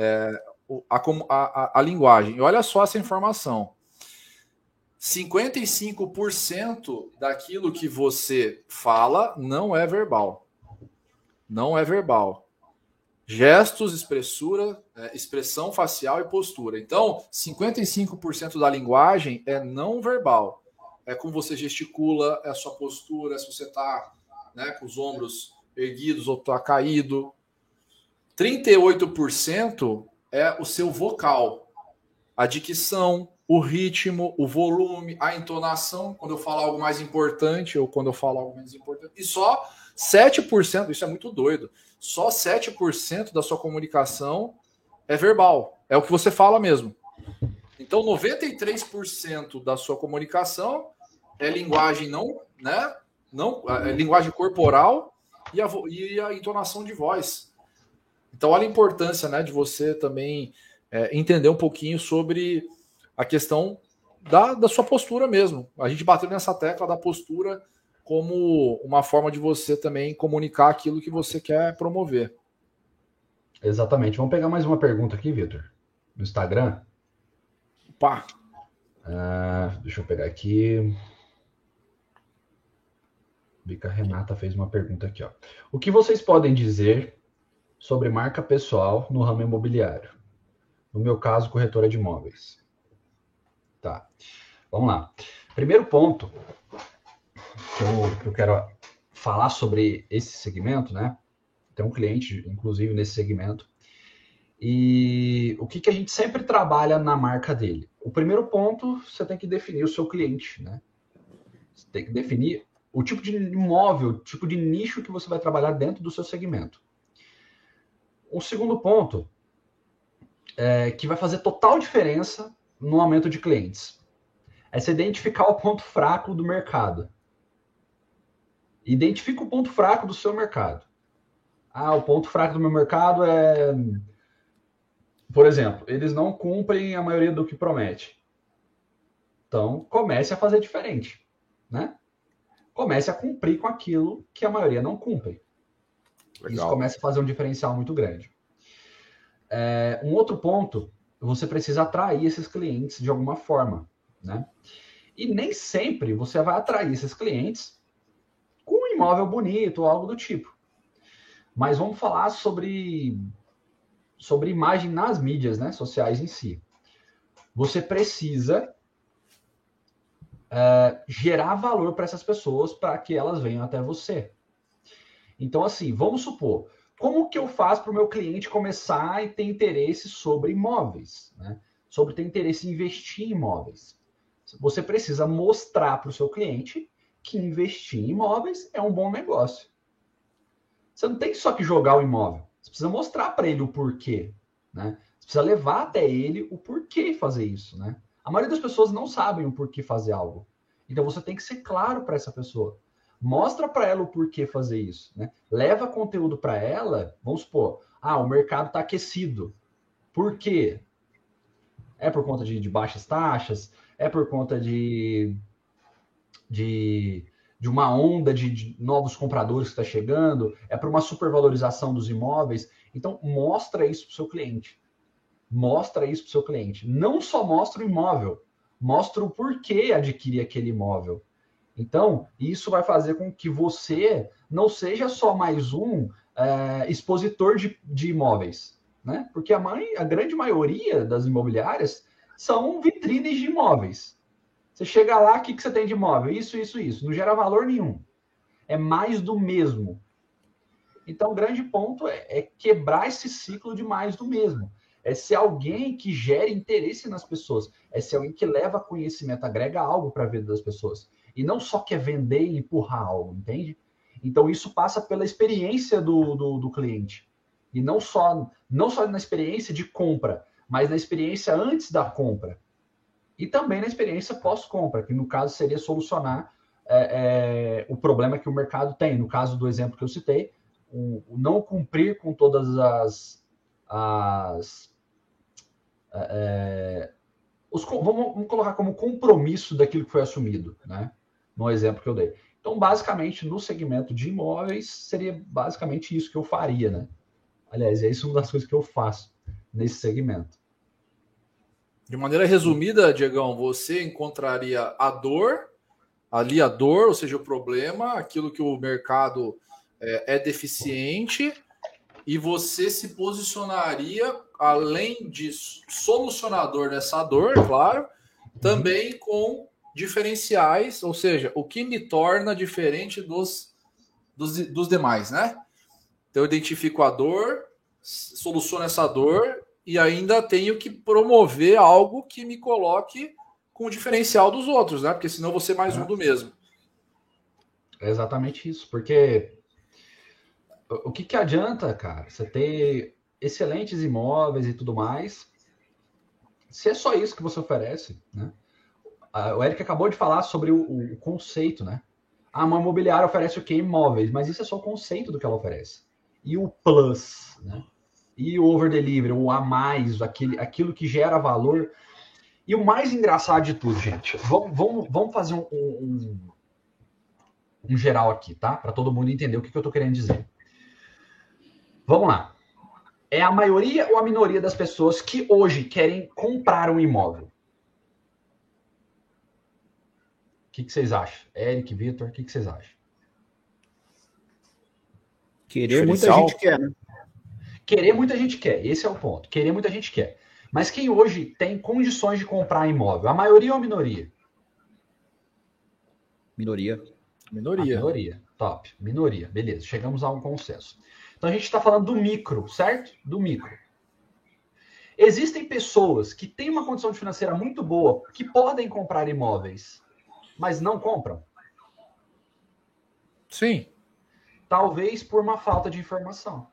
Speaker 3: a linguagem. E olha só essa informação. 55% daquilo que você fala não é verbal. Não é verbal. Gestos, expressão facial e postura. Então, 55% da linguagem é não verbal. É como você gesticula, é a sua postura, se você está, né, com os ombros erguidos ou está caído. 38% é o seu vocal. a dicção, o ritmo, o volume, a entonação, quando eu falo algo mais importante ou quando eu falo algo menos importante. E só 7%, isso é muito doido, só 7% da sua comunicação é verbal, é o que você fala mesmo. Então, 93% da sua comunicação é linguagem é linguagem corporal e a entonação de voz. Então, olha a importância, né, de você também entender um pouquinho sobre a questão da sua postura mesmo. A gente bateu nessa tecla da postura como uma forma de você também comunicar aquilo que você quer promover.
Speaker 2: Exatamente. Vamos pegar mais uma pergunta aqui, Vitor, no Instagram.
Speaker 3: Pá.
Speaker 2: Deixa eu pegar aqui. Vi que a Renata fez uma pergunta aqui, ó. O que vocês podem dizer sobre marca pessoal no ramo imobiliário? No meu caso, corretora de imóveis. Tá. Vamos lá. Primeiro ponto que eu quero falar sobre esse segmento, né? Tem um cliente, inclusive, nesse segmento. E o que a gente sempre trabalha na marca dele? O primeiro ponto, você tem que definir o seu cliente, né? Você tem que definir o tipo de imóvel, o tipo de nicho que você vai trabalhar dentro do seu segmento. O segundo ponto que vai fazer total diferença no aumento de clientes é você identificar o ponto fraco do mercado. Identifica o ponto fraco do seu mercado. O ponto fraco do meu mercado é, por exemplo, eles não cumprem a maioria do que promete. Então, comece a fazer diferente, né? Comece a cumprir com aquilo que a maioria não cumpre. Legal. Isso começa a fazer um diferencial muito grande. Um outro ponto, você precisa atrair esses clientes de alguma forma, né? E nem sempre você vai atrair esses clientes com um imóvel bonito ou algo do tipo. Mas vamos falar sobre imagem nas mídias, né, sociais em si. Você precisa gerar valor para essas pessoas para que elas venham até você. Então, assim, vamos supor, como que eu faço para o meu cliente começar a ter interesse sobre imóveis, né? Sobre ter interesse em investir em imóveis? Você precisa mostrar para o seu cliente que investir em imóveis é um bom negócio. Você não tem só que jogar o imóvel. Você precisa mostrar para ele o porquê, né? Você precisa levar até ele o porquê fazer isso, né? A maioria das pessoas não sabem o porquê fazer algo. Então você tem que ser claro para essa pessoa. Mostra para ela o porquê fazer isso, né? Leva conteúdo para ela. Vamos supor, o mercado está aquecido. Por quê? É por conta de baixas taxas? É por conta de uma onda de novos compradores que está chegando? É por uma supervalorização dos imóveis? Então, mostra isso para o seu cliente. Mostra isso para o seu cliente. Não só mostra o imóvel, mostra o porquê adquirir aquele imóvel. Então, isso vai fazer com que você não seja só mais um expositor de imóveis, né? Porque a grande maioria das imobiliárias são vitrines de imóveis. Você chega lá, o que você tem de imóvel? Isso. Não gera valor nenhum. É mais do mesmo. Então, o grande ponto é quebrar esse ciclo de mais do mesmo. É ser alguém que gere interesse nas pessoas. É ser alguém que leva conhecimento, agrega algo para a vida das pessoas. E não só quer vender e empurrar algo, entende? Então, isso passa pela experiência do cliente. E não só na experiência de compra, mas na experiência antes da compra. E também na experiência pós-compra, que no caso seria solucionar o problema que o mercado tem. No caso do exemplo que eu citei, o não cumprir com todas vamos colocar como compromisso daquilo que foi assumido, né? No exemplo que eu dei. Então, basicamente, no segmento de imóveis, seria basicamente isso que eu faria, né? Aliás, é isso uma das coisas que eu faço nesse segmento.
Speaker 3: De maneira resumida, Diegão, você encontraria a dor, ou seja, o problema, aquilo que o mercado é deficiente, e você se posicionaria, além de solucionador dessa dor, claro, também com diferenciais, ou seja, o que me torna diferente dos demais, né? Então eu identifico a dor, soluciono essa dor e ainda tenho que promover algo que me coloque com o diferencial dos outros, né? Porque senão eu vou ser mais um do mesmo.
Speaker 2: É exatamente isso, porque o que adianta, cara, você ter excelentes imóveis e tudo mais, se é só isso que você oferece, né? O Eric acabou de falar sobre o conceito, né? Uma imobiliária oferece o quê? Imóveis, mas isso é só o conceito do que ela oferece. E o plus, né? E o over delivery, o a mais, aquilo que gera valor. E o mais engraçado de tudo, gente, vamos fazer um geral aqui, tá? Para todo mundo entender o que eu tô querendo dizer. Vamos lá. É a maioria ou a minoria das pessoas que hoje querem comprar um imóvel? O que vocês acham? Eric, Vitor, o que vocês acham?
Speaker 1: Querer muita gente quer, né?
Speaker 2: Querer muita gente quer, esse é o ponto. Querer muita gente quer. Mas quem hoje tem condições de comprar imóvel? A maioria ou a minoria?
Speaker 1: Minoria.
Speaker 2: Minoria. Top. Minoria. Beleza. Chegamos a um consenso. Então a gente está falando do micro, certo? Do micro. Existem pessoas que têm uma condição financeira muito boa, que podem comprar imóveis, mas não compram?
Speaker 3: Sim.
Speaker 2: Talvez por uma falta de informação.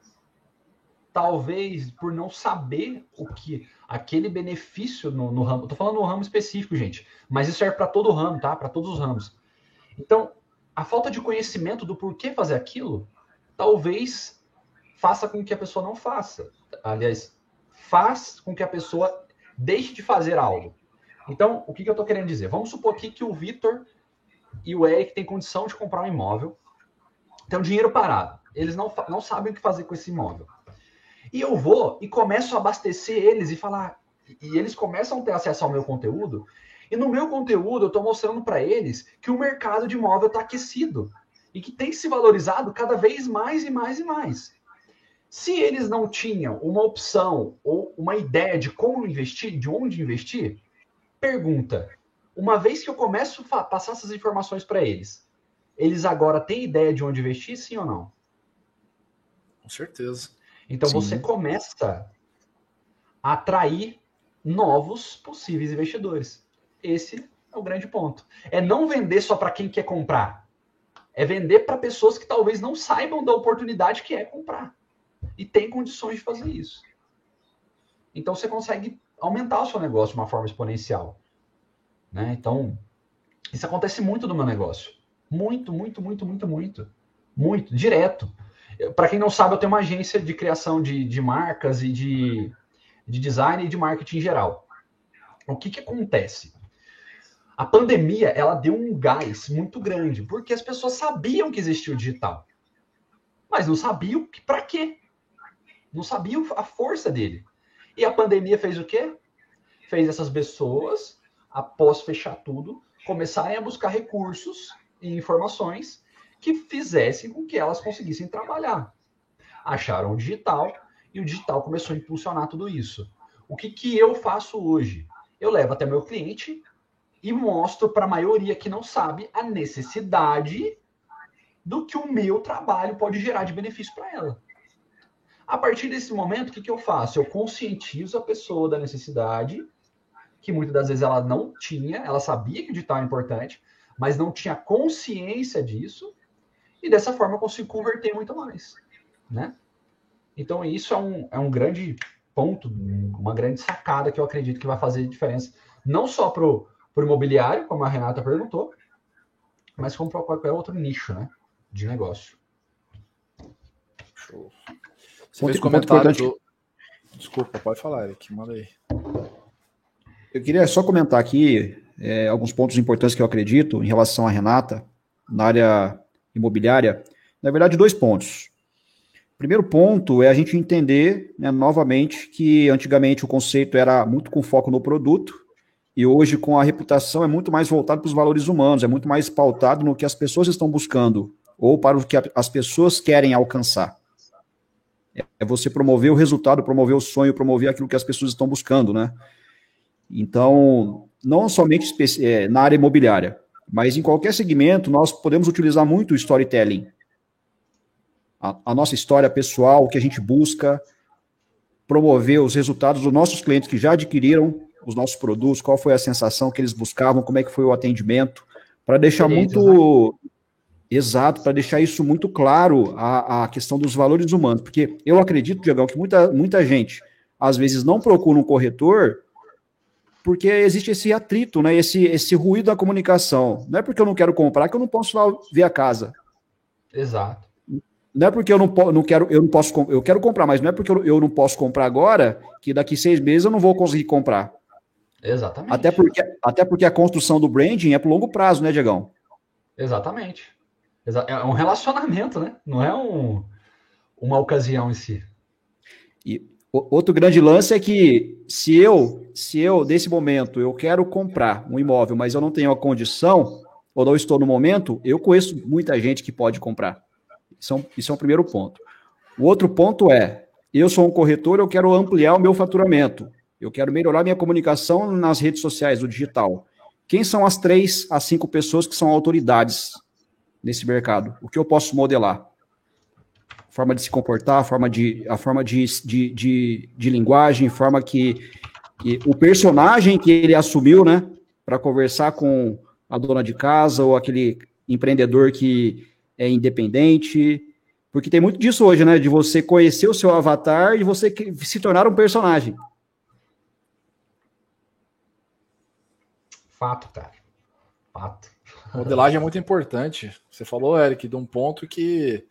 Speaker 2: Talvez por não saber o que aquele benefício no ramo. Estou falando no ramo específico, gente, mas isso serve para todo o ramo, tá? Para todos os ramos. Então, a falta de conhecimento do porquê fazer aquilo, talvez faça com que a pessoa não faça. Aliás, faz com que a pessoa deixe de fazer algo. Então, o que eu estou querendo dizer? Vamos supor aqui que o Vitor e o Eric têm condição de comprar um imóvel, tem um dinheiro parado. Eles não sabem o que fazer com esse imóvel. E eu vou e começo a abastecer eles e falar... E eles começam a ter acesso ao meu conteúdo. E no meu conteúdo eu estou mostrando para eles que o mercado de imóvel está aquecido. E que tem se valorizado cada vez mais e mais e mais. Se eles não tinham uma opção ou uma ideia de como investir, de onde investir, pergunta. Uma vez que eu começo a passar essas informações para eles, eles agora têm ideia de onde investir, sim ou não?
Speaker 3: Com certeza.
Speaker 2: Então
Speaker 1: Sim.
Speaker 2: você começa a atrair novos possíveis investidores. Esse é o grande ponto. É não vender só para quem quer comprar. É vender para pessoas que talvez não saibam da oportunidade que é comprar. E tem condições de fazer isso. Então você consegue aumentar o seu negócio de uma forma exponencial. Né? Então, isso acontece muito no meu negócio. Muito, muito, muito, muito, muito. Muito, direto. Para quem não sabe, eu tenho uma agência de criação de marcas e de design e de marketing em geral. O que acontece? A pandemia, ela deu um gás muito grande, porque as pessoas sabiam que existia o digital, mas não sabiam para quê. Não sabiam a força dele. E a pandemia fez o quê? Fez essas pessoas, após fechar tudo, começarem a buscar recursos e informações que fizessem com que elas conseguissem trabalhar. Acharam o digital e o digital começou a impulsionar tudo isso. O que eu faço hoje? Eu levo até meu cliente e mostro para a maioria que não sabe a necessidade do que o meu trabalho pode gerar de benefício para ela. A partir desse momento, o que eu faço? Eu conscientizo a pessoa da necessidade, que muitas das vezes ela não tinha, ela sabia que o digital é importante, mas não tinha consciência disso, e dessa forma eu consigo converter muito mais. Né? Então isso é um grande ponto, uma grande sacada que eu acredito que vai fazer diferença, não só para o imobiliário, como a Renata perguntou, mas como para qualquer outro nicho, né, de negócio.
Speaker 3: Show. Você fez comentário do... Desculpa, pode falar, Eric, manda aí.
Speaker 1: Eu queria só comentar aqui alguns pontos importantes que eu acredito em relação à Renata, na área imobiliária. Na verdade, 2 pontos. Primeiro ponto é a gente entender, né, novamente, que antigamente o conceito era muito com foco no produto e hoje, com a reputação, é muito mais voltado para os valores humanos, é muito mais pautado no que as pessoas estão buscando ou para o que as pessoas querem alcançar. É você promover o resultado, promover o sonho, promover aquilo que as pessoas estão buscando, né? Então, não somente na área imobiliária, mas em qualquer segmento, nós podemos utilizar muito o storytelling. A nossa história pessoal, o que a gente busca, promover os resultados dos nossos clientes que já adquiriram os nossos produtos, qual foi a sensação que eles buscavam, como é que foi o atendimento, para deixar muito... Né? Exato, para deixar isso muito claro, a questão dos valores humanos, porque eu acredito, Diegão, que muita gente, às vezes, não procura um corretor porque existe esse atrito, né, esse ruído da comunicação. Não é porque eu não quero comprar que eu não posso lá ver a casa.
Speaker 2: Exato.
Speaker 1: Não é porque eu eu quero comprar, mas não é porque eu não posso comprar agora, que daqui 6 meses eu não vou conseguir comprar.
Speaker 2: Exatamente.
Speaker 1: Até porque a construção do branding é para longo prazo, né, Diegão?
Speaker 2: Exatamente. É um relacionamento, né? Não é uma ocasião em si.
Speaker 1: E outro grande lance é que se eu, nesse momento, eu quero comprar um imóvel, mas eu não tenho a condição, ou não estou no momento, eu conheço muita gente que pode comprar. Isso é um primeiro ponto. O outro ponto é, eu sou um corretor, eu quero ampliar o meu faturamento. Eu quero melhorar minha comunicação nas redes sociais, no digital. Quem são as 3 a 5 pessoas que são autoridades nesse mercado? O que eu posso modelar? Forma de se comportar, a forma de linguagem, forma que o personagem que ele assumiu, né, para conversar com a dona de casa ou aquele empreendedor que é independente, porque tem muito disso hoje, né, de você conhecer o seu avatar e você se tornar um personagem.
Speaker 2: Fato, cara. Fato.
Speaker 3: Modelagem é muito importante. Você falou, Eric, de um ponto que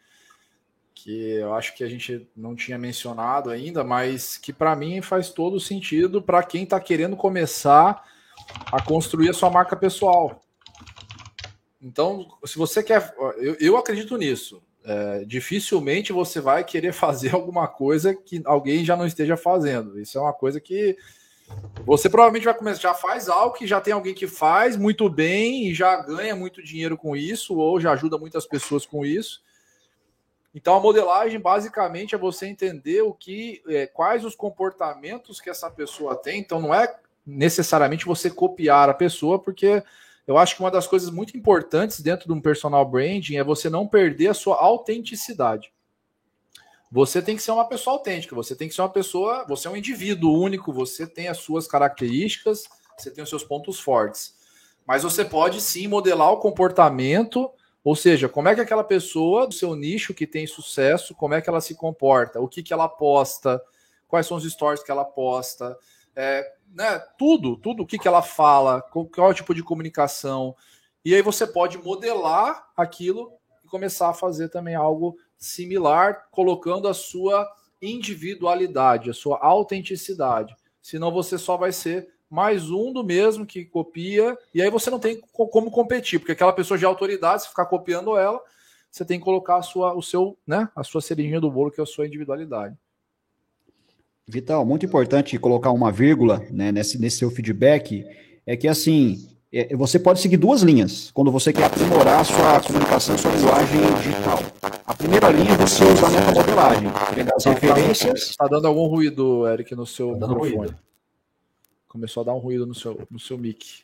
Speaker 3: eu acho que a gente não tinha mencionado ainda, mas que para mim faz todo sentido para quem está querendo começar a construir a sua marca pessoal. Então, se você quer... Eu acredito nisso. Dificilmente você vai querer fazer alguma coisa que alguém já não esteja fazendo. Isso é uma coisa que você provavelmente vai começar, já faz algo que já tem alguém que faz muito bem e já ganha muito dinheiro com isso, ou já ajuda muitas pessoas com isso. Então a modelagem basicamente é você entender quais os comportamentos que essa pessoa tem. Então não é necessariamente você copiar a pessoa, porque eu acho que uma das coisas muito importantes dentro de um personal branding é você não perder a sua autenticidade. Você tem que ser uma pessoa autêntica, você tem que ser uma pessoa, você é um indivíduo único, você tem as suas características, você tem os seus pontos fortes. Mas você pode sim modelar o comportamento, ou seja, como é que aquela pessoa do seu nicho que tem sucesso, como é que ela se comporta, o que ela posta, quais são os stories que ela posta, né, tudo o que ela fala, qual é o tipo de comunicação. E aí você pode modelar aquilo e começar a fazer também algo similar, colocando a sua individualidade, a sua autenticidade. Senão você só vai ser mais um do mesmo que copia, e aí você não tem como competir, porque aquela pessoa de autoridade, se ficar copiando ela, você tem que colocar a sua cerejinha do bolo, que é a sua individualidade.
Speaker 1: Vital, muito importante colocar uma vírgula, né, nesse seu feedback, é que assim, você pode seguir 2 linhas quando você quer aprimorar a sua comunicação, sua linguagem digital. A primeira linha é você usar a metamodelagem, pegar as referências.
Speaker 3: Está dando algum ruído, Eric, no seu microfone?
Speaker 2: Ruído.
Speaker 3: Começou a dar um ruído no seu mic.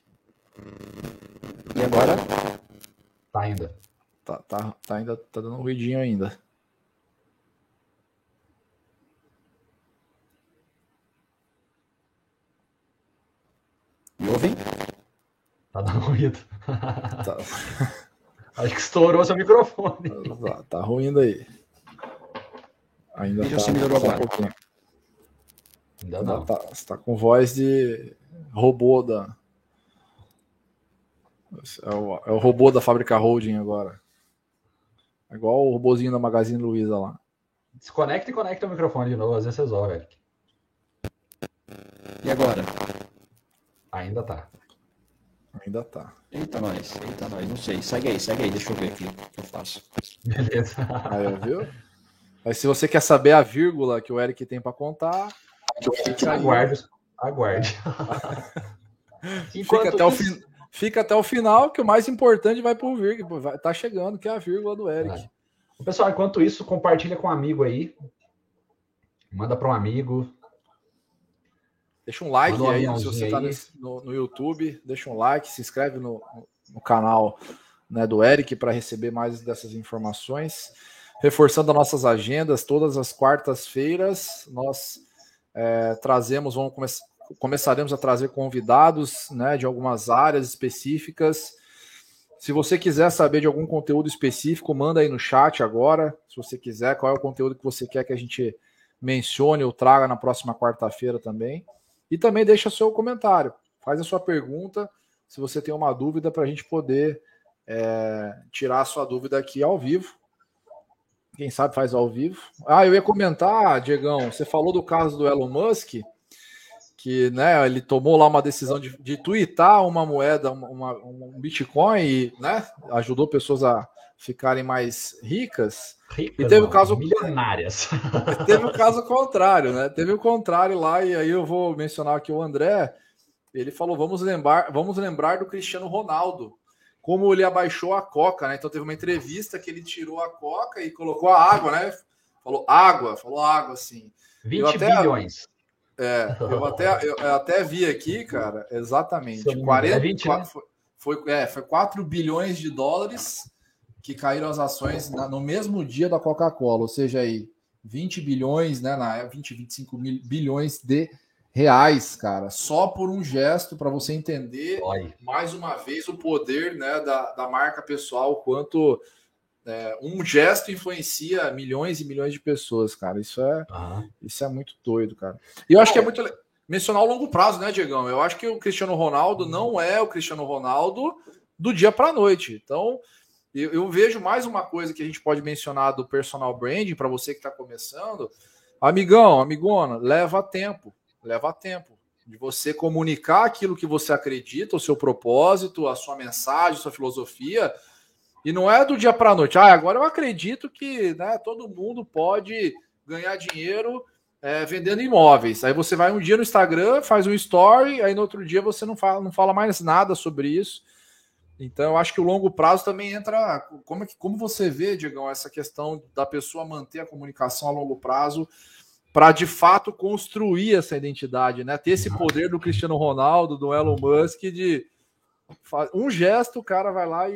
Speaker 1: E agora?
Speaker 2: Tá ainda.
Speaker 3: Ainda tá dando um ruidinho ainda.
Speaker 1: Me ouvem?
Speaker 2: Tá dando ruído.
Speaker 3: Tá.
Speaker 2: Acho que estourou seu microfone.
Speaker 3: Tá ruindo aí. Ainda
Speaker 1: Veja melhorou agora.
Speaker 3: Um pouquinho.
Speaker 2: Ainda não.
Speaker 3: Você tá com voz de robô é o robô da Fábrica Holding agora. É igual o robozinho da Magazine Luiza lá.
Speaker 2: Desconecta e conecta o microfone de novo, às vezes resolve, Eric.
Speaker 1: E agora?
Speaker 2: Ainda tá.
Speaker 3: Ainda tá.
Speaker 1: Eita nós, não sei. Segue aí, deixa eu ver aqui o que eu faço.
Speaker 2: Beleza.
Speaker 3: Aí, viu? Aí se você quer saber a vírgula que o Eric tem para contar,
Speaker 2: Aguarde.
Speaker 3: Fica até o final, que o mais importante vai pro vírgula. Tá chegando, que é a vírgula do Eric.
Speaker 2: Pessoal, enquanto isso, compartilha com um amigo aí. Manda para um amigo.
Speaker 3: Deixa um like aí, se você está no YouTube, deixa um like, se inscreve no canal, né, do Eric para receber mais dessas informações. Reforçando as nossas agendas, todas as quartas-feiras nós começaremos a trazer convidados, né, de algumas áreas específicas. Se você quiser saber de algum conteúdo específico, manda aí no chat agora. Se você quiser, qual é o conteúdo que você quer que a gente mencione ou traga na próxima quarta-feira também. E também deixa seu comentário. Faz a sua pergunta, se você tem uma dúvida, para a gente poder tirar a sua dúvida aqui ao vivo. Quem sabe faz ao vivo. Eu ia comentar, Diegão, você falou do caso do Elon Musk, que, né, ele tomou lá uma decisão de tweetar uma moeda, um Bitcoin, e, né, ajudou pessoas a ficarem mais ricas. E teve o caso
Speaker 2: milionárias.
Speaker 3: Teve o caso contrário, né? Teve o contrário lá, e aí eu vou mencionar aqui o André. Ele falou: vamos lembrar do Cristiano Ronaldo, como ele abaixou a Coca, né? Então teve uma entrevista que ele tirou a Coca e colocou a água, né? Falou água, assim.
Speaker 2: 20 bilhões.
Speaker 3: Eu até vi aqui, cara, exatamente.
Speaker 2: 20, né?
Speaker 3: Foi 4 bilhões de dólares que caíram as ações no mesmo dia da Coca-Cola, ou seja, aí 20 bilhões, né, 25 bilhões de reais, cara, só por um gesto, para você entender mais uma vez o poder, né, da marca pessoal, o quanto um gesto influencia milhões e milhões de pessoas, cara. Isso é muito doido, cara. E eu acho que é muito mencionar o longo prazo, né, Diegão? Eu acho que o Cristiano Ronaldo não é o Cristiano Ronaldo do dia para a noite. Então, eu vejo mais uma coisa que a gente pode mencionar do personal branding para você que está começando. Amigão, amigona, leva tempo de você comunicar aquilo que você acredita, o seu propósito, a sua mensagem, a sua filosofia. E não é do dia para a noite. Agora eu acredito que, né, todo mundo pode ganhar dinheiro vendendo imóveis. Aí você vai um dia no Instagram, faz um story, aí no outro dia você não fala mais nada sobre isso. Então, eu acho que o longo prazo também entra... Como você vê, Diegão, essa questão da pessoa manter a comunicação a longo prazo para, de fato, construir essa identidade, né? Ter esse poder do Cristiano Ronaldo, do Elon Musk, de um gesto, o cara vai lá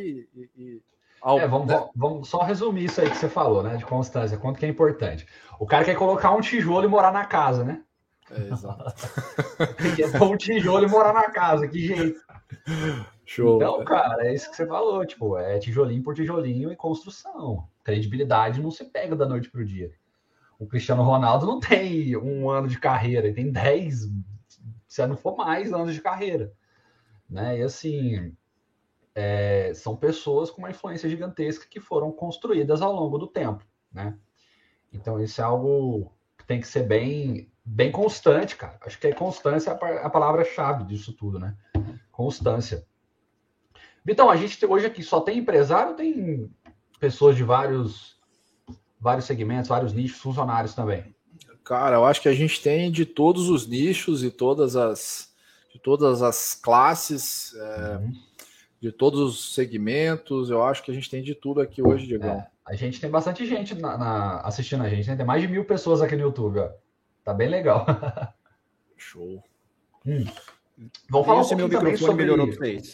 Speaker 2: vamos só resumir isso aí que você falou, né? De constância, quanto que é importante. O cara quer colocar um tijolo e morar na casa, né?
Speaker 3: Exato.
Speaker 2: Ele quer pôr um tijolo e morar na casa, que jeito.
Speaker 3: Show.
Speaker 2: Então, cara, é isso que você falou, tipo, é tijolinho por tijolinho e construção. Credibilidade não se pega da noite pro dia. O Cristiano Ronaldo não tem 1 ano de carreira, ele tem 10, se não for mais, anos de carreira. Né? E assim, são pessoas com uma influência gigantesca que foram construídas ao longo do tempo, né? Então, isso é algo que tem que ser bem constante, cara. Acho que constância é a palavra-chave disso tudo, né? Constância. Vitão, a gente hoje aqui só tem empresário ou tem pessoas de vários segmentos, vários nichos, funcionários também?
Speaker 3: Cara, eu acho que a gente tem de todos os nichos e todas as classes, de todos os segmentos. Eu acho que a gente tem de tudo aqui hoje, Diegão.
Speaker 2: A gente tem bastante gente assistindo a gente, né? Tem mais de 1.000 pessoas aqui no YouTube, ó. Tá bem legal.
Speaker 3: Show.
Speaker 2: Vamos falar um pouquinho
Speaker 1: meu
Speaker 2: também
Speaker 1: microfone
Speaker 2: sobre...
Speaker 1: melhorou para vocês.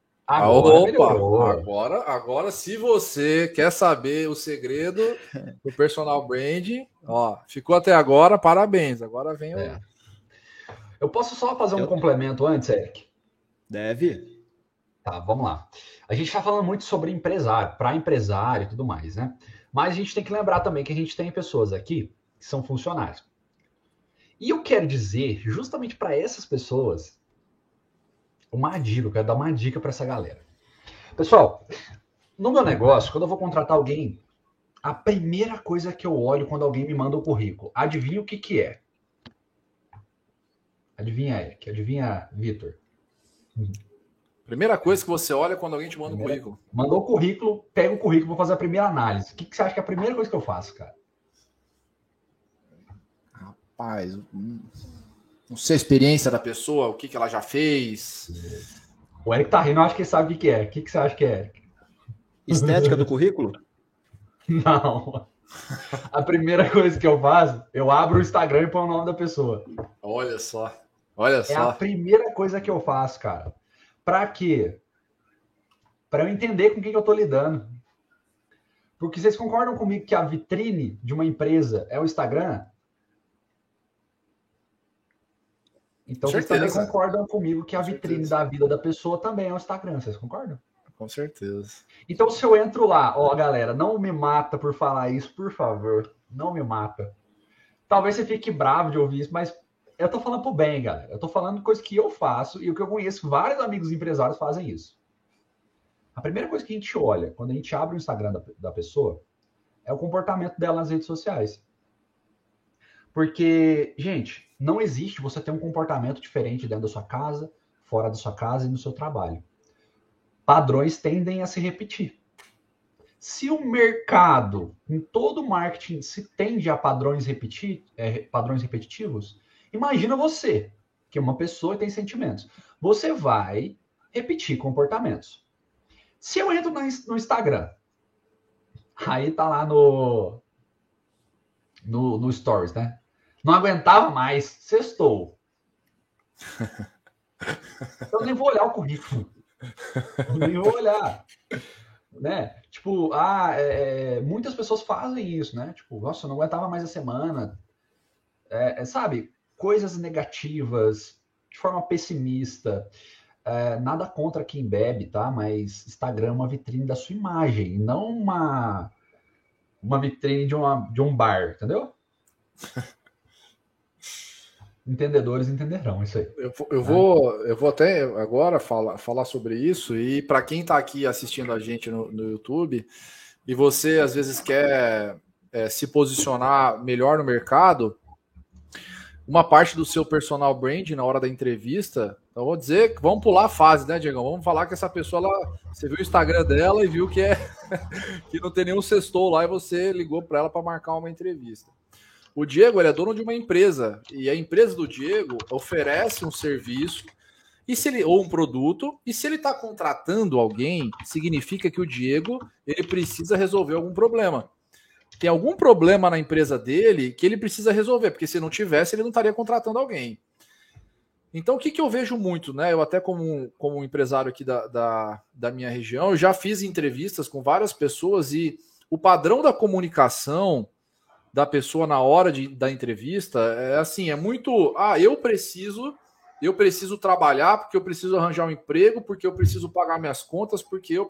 Speaker 3: Agora, se você quer saber o segredo do personal branding, ó, ficou até agora, parabéns. Agora vem o...
Speaker 2: Eu posso só fazer um complemento antes, Eric?
Speaker 1: Deve.
Speaker 2: Tá, vamos lá. A gente está falando muito sobre empresário, para empresário e tudo mais, né? Mas a gente tem que lembrar também que a gente tem pessoas aqui que são funcionários. E eu quero dizer, justamente para essas pessoas, eu quero dar uma dica para essa galera. Pessoal, no meu negócio, quando eu vou contratar alguém, a primeira coisa que eu olho quando alguém me manda o currículo, adivinha o que é? Adivinha, Eric? Adivinha, Vitor?
Speaker 3: Primeira coisa que você olha quando alguém te manda um currículo.
Speaker 2: Mandou o currículo, pega o currículo, vou fazer a primeira análise. O que você acha que é a primeira coisa que eu faço, cara?
Speaker 3: Rapaz, não sei a experiência da pessoa, o que ela já fez.
Speaker 2: O Eric tá rindo, eu acho que ele sabe o que é. O que você acha que é, Eric?
Speaker 1: Estética do currículo?
Speaker 2: Não. A primeira coisa que eu faço, eu abro o Instagram e ponho o nome da pessoa.
Speaker 3: Olha só.
Speaker 2: É a primeira coisa que eu faço, cara. Pra quê? Pra eu entender com quem que eu tô lidando. Porque vocês concordam comigo que a vitrine de uma empresa é o Instagram? Então, vocês também concordam comigo que a vitrine da vida da pessoa também é o Instagram, vocês concordam?
Speaker 3: Com certeza.
Speaker 2: Então, se eu entro lá, ó, galera, não me mata por falar isso, por favor, não me mata. Talvez você fique bravo de ouvir isso, mas eu tô falando pro bem, galera. Eu tô falando coisa que eu faço e o que eu conheço, vários amigos empresários fazem isso. A primeira coisa que a gente olha quando a gente abre o Instagram da pessoa é o comportamento dela nas redes sociais. Porque, gente, não existe você ter um comportamento diferente dentro da sua casa, fora da sua casa e no seu trabalho. Padrões tendem a se repetir. Se o mercado, em todo o marketing, se tende a padrões repetitivos, imagina você, que é uma pessoa e tem sentimentos. Você vai repetir comportamentos. Se eu entro no Instagram, aí tá lá no Stories, né? Não aguentava mais, sextou. Eu nem vou olhar o currículo. Eu nem vou olhar. Né? Tipo, muitas pessoas fazem isso, né? Tipo, nossa, eu não aguentava mais a semana. Sabe? Coisas negativas, de forma pessimista. Nada contra quem bebe, tá? Mas Instagram é uma vitrine da sua imagem, não uma vitrine de um bar, entendeu? Entendedores entenderão isso aí.
Speaker 3: Eu vou até agora falar sobre isso. E para quem está aqui assistindo a gente no YouTube e você às vezes quer se posicionar melhor no mercado, uma parte do seu personal brand na hora da entrevista, então vou dizer que vamos pular a fase, né, Diego? Vamos falar que essa pessoa, você viu o Instagram dela e viu que que não tem nenhum sextou lá e você ligou para ela para marcar uma entrevista. O Diego, ele é dono de uma empresa e a empresa do Diego oferece um serviço ou um produto, e se ele está contratando alguém, significa que o Diego ele precisa resolver algum problema. Tem algum problema na empresa dele que ele precisa resolver, porque se não tivesse, ele não estaria contratando alguém. Então, o que eu vejo muito, né? Eu até como empresário aqui da minha região, eu já fiz entrevistas com várias pessoas e o padrão da comunicação da pessoa na hora da entrevista é assim, é muito, eu preciso trabalhar, porque eu preciso arranjar um emprego, porque eu preciso pagar minhas contas, porque eu.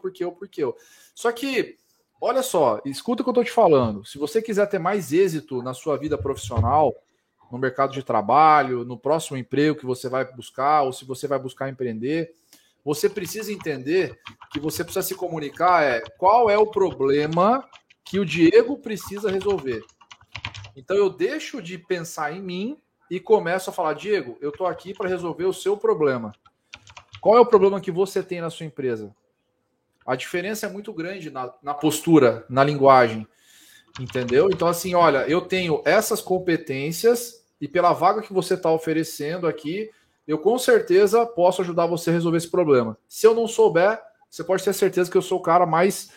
Speaker 3: Só que, olha só, escuta o que eu estou te falando. Se você quiser ter mais êxito na sua vida profissional, no mercado de trabalho, no próximo emprego que você vai buscar, ou se você vai buscar empreender, você precisa entender que você precisa se comunicar qual é o problema que o Diego precisa resolver. Então eu deixo de pensar em mim e começo a falar, Diego, eu estou aqui para resolver o seu problema. Qual é o problema que você tem na sua empresa? A diferença é muito grande na postura, na linguagem, entendeu? Então assim, olha, eu tenho essas competências e pela vaga que você está oferecendo aqui, eu com certeza posso ajudar você a resolver esse problema. Se eu não souber, você pode ter certeza que eu sou o cara mais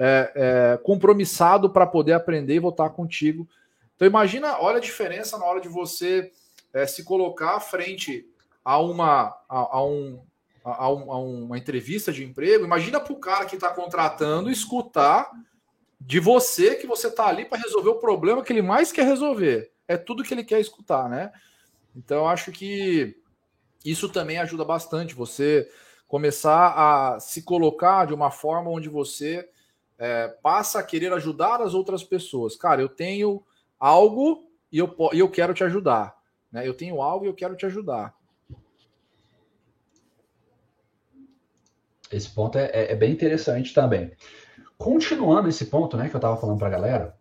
Speaker 3: compromissado para poder aprender e voltar contigo. Então imagina, olha a diferença na hora de você se colocar à frente a uma entrevista de emprego. Imagina para o cara que está contratando escutar de você que você está ali para resolver o problema que ele mais quer resolver. É tudo que ele quer escutar, né? Então eu acho que isso também ajuda bastante você começar a se colocar de uma forma onde você passa a querer ajudar as outras pessoas. Cara, eu tenho algo e eu quero te ajudar. Né? Eu tenho algo e eu quero te ajudar.
Speaker 2: Esse ponto é bem interessante também. Continuando esse ponto, né, que eu estava falando para a galera,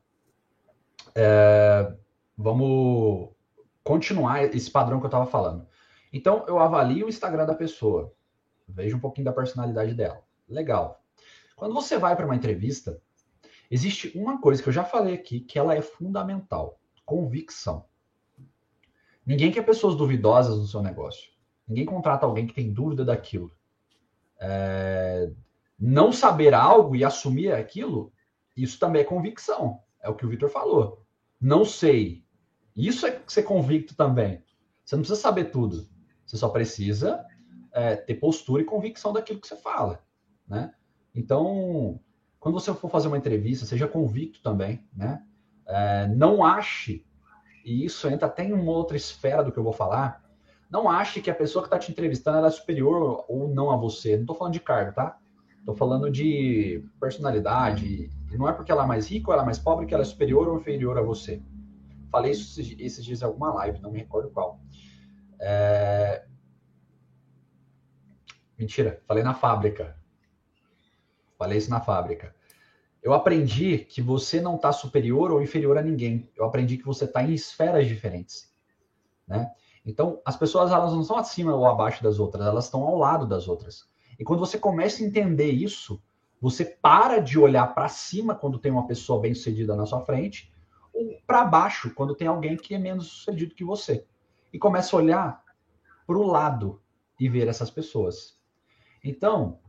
Speaker 2: vamos continuar esse padrão que eu estava falando. Então, eu avalio o Instagram da pessoa, vejo um pouquinho da personalidade dela. Legal. Quando você vai para uma entrevista, existe uma coisa que eu já falei aqui, que ela é fundamental. Convicção. Ninguém quer pessoas duvidosas no seu negócio. Ninguém contrata alguém que tem dúvida daquilo. Não saber algo e assumir aquilo, isso também é convicção. É o que o Vitor falou. Não sei. Isso é ser convicto também. Você não precisa saber tudo. Você só precisa ter postura e convicção daquilo que você fala. Né? Então, quando você for fazer uma entrevista, seja convicto também. Né? Não ache, e isso entra até em uma outra esfera do que eu vou falar, Não ache que a pessoa que está te entrevistando ela é superior ou não a você. Não estou falando de cargo, tá? Estou falando de personalidade. E não é porque ela é mais rica ou ela é mais pobre que ela é superior ou inferior a você. Falei isso esses dias em alguma live, não me recordo qual. Mentira, falei na fábrica. Falei isso na fábrica. Eu aprendi que você não está superior ou inferior a ninguém. Eu aprendi que você está em esferas diferentes, né? Então, as pessoas elas não estão acima ou abaixo das outras, elas estão ao lado das outras. E quando você começa a entender isso, você para de olhar para cima quando tem uma pessoa bem-sucedida na sua frente, ou para baixo quando tem alguém que é menos sucedido que você. E começa a olhar para o lado e ver essas pessoas. Então,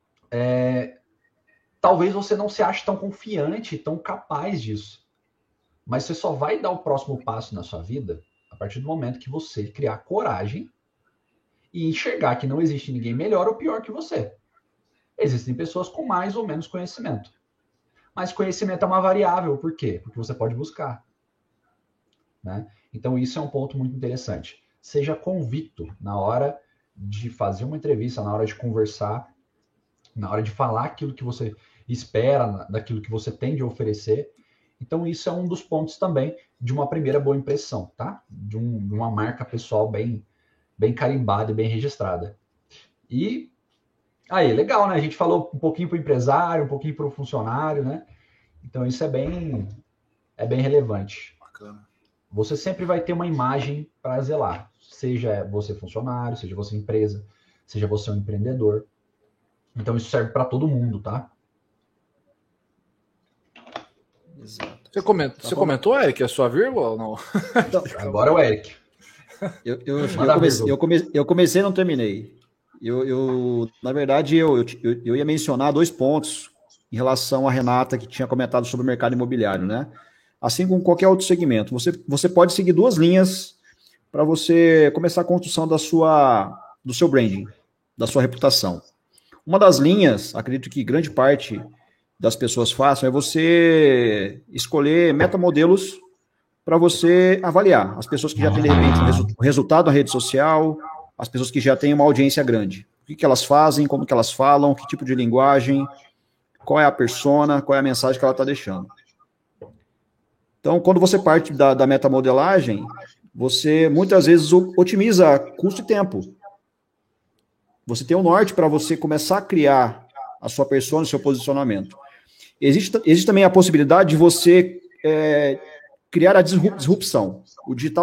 Speaker 2: talvez você não se ache tão confiante, tão capaz disso. Mas você só vai dar o próximo passo na sua vida a partir do momento que você criar coragem e enxergar que não existe ninguém melhor ou pior que você. Existem pessoas com mais ou menos conhecimento. Mas conhecimento é uma variável. Por quê? Porque você pode buscar, né? Então isso é um ponto muito interessante. Seja convicto na hora de fazer uma entrevista, na hora de conversar, na hora de falar aquilo que você espera, daquilo que você tem de oferecer. Então, isso é um dos pontos também de uma primeira boa impressão, tá? De uma marca pessoal bem carimbada e bem registrada. E aí, legal, né? A gente falou um pouquinho para o empresário, um pouquinho para o funcionário, né? Então, isso é bem relevante.
Speaker 3: Bacana.
Speaker 2: Você sempre vai ter uma imagem para zelar. Seja você funcionário, seja você empresa, seja você um empreendedor. Então, isso serve para todo mundo, tá?
Speaker 3: Exato. Você comentou, Eric, a sua vírgula ou não?
Speaker 2: Então, agora é o Eric.
Speaker 1: Eu comecei e não terminei. Na verdade, eu ia mencionar 2 pontos em relação à Renata, que tinha comentado sobre o mercado imobiliário, né? Assim como qualquer outro segmento. Você pode seguir 2 linhas para você começar a construção do seu branding, da sua reputação. Uma das linhas, acredito que grande parte das pessoas façam, é você escolher metamodelos para você avaliar. As pessoas que já têm, de repente, um resultado na rede social, as pessoas que já têm uma audiência grande. O que elas fazem, como que elas falam, que tipo de linguagem, qual é a persona, qual é a mensagem que ela está deixando. Então, quando você parte da metamodelagem, você muitas vezes otimiza custo e tempo. Você tem um norte para você começar a criar a sua persona, o seu posicionamento. Existe também a possibilidade de você criar a disrupção. O digital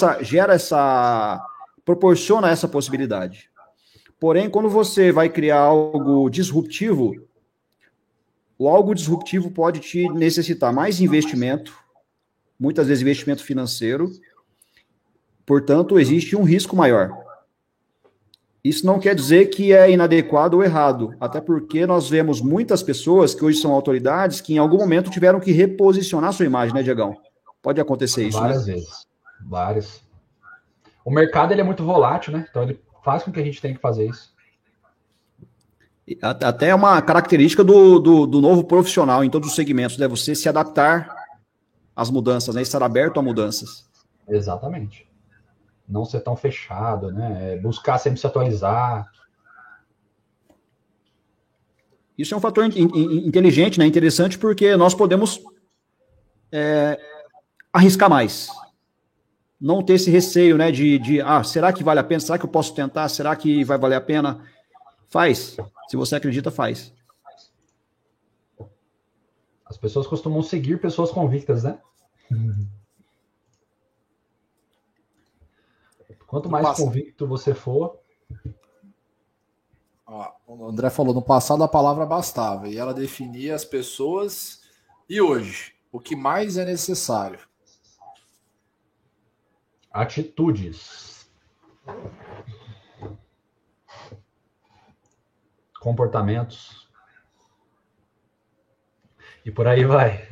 Speaker 1: proporciona essa possibilidade. Porém, quando você vai criar algo disruptivo, o algo disruptivo pode te necessitar mais investimento, muitas vezes investimento financeiro, portanto, existe um risco maior. Isso não quer dizer que é inadequado ou errado, até porque nós vemos muitas pessoas que hoje são autoridades que em algum momento tiveram que reposicionar sua imagem, né, Diegão? Pode acontecer isso,
Speaker 2: várias vezes. Várias. O mercado ele é muito volátil, né? Então ele faz com que a gente tenha que fazer isso.
Speaker 1: Até é uma característica do novo profissional em todos os segmentos, né? Você se adaptar às mudanças, né? Estar aberto a mudanças.
Speaker 2: Exatamente. Não ser tão fechado, né? Buscar sempre se atualizar.
Speaker 1: Isso é um fator inteligente, né? Interessante, porque nós podemos arriscar mais. Não ter esse receio, né? Será que vale a pena? Será que eu posso tentar? Será que vai valer a pena? Faz. Se você acredita, faz.
Speaker 2: As pessoas costumam seguir pessoas convictas, né? Quanto mais convicto você for...
Speaker 3: O André falou, no passado a palavra bastava, e ela definia as pessoas. E hoje, o que mais é necessário?
Speaker 2: Atitudes. Comportamentos. E por aí vai.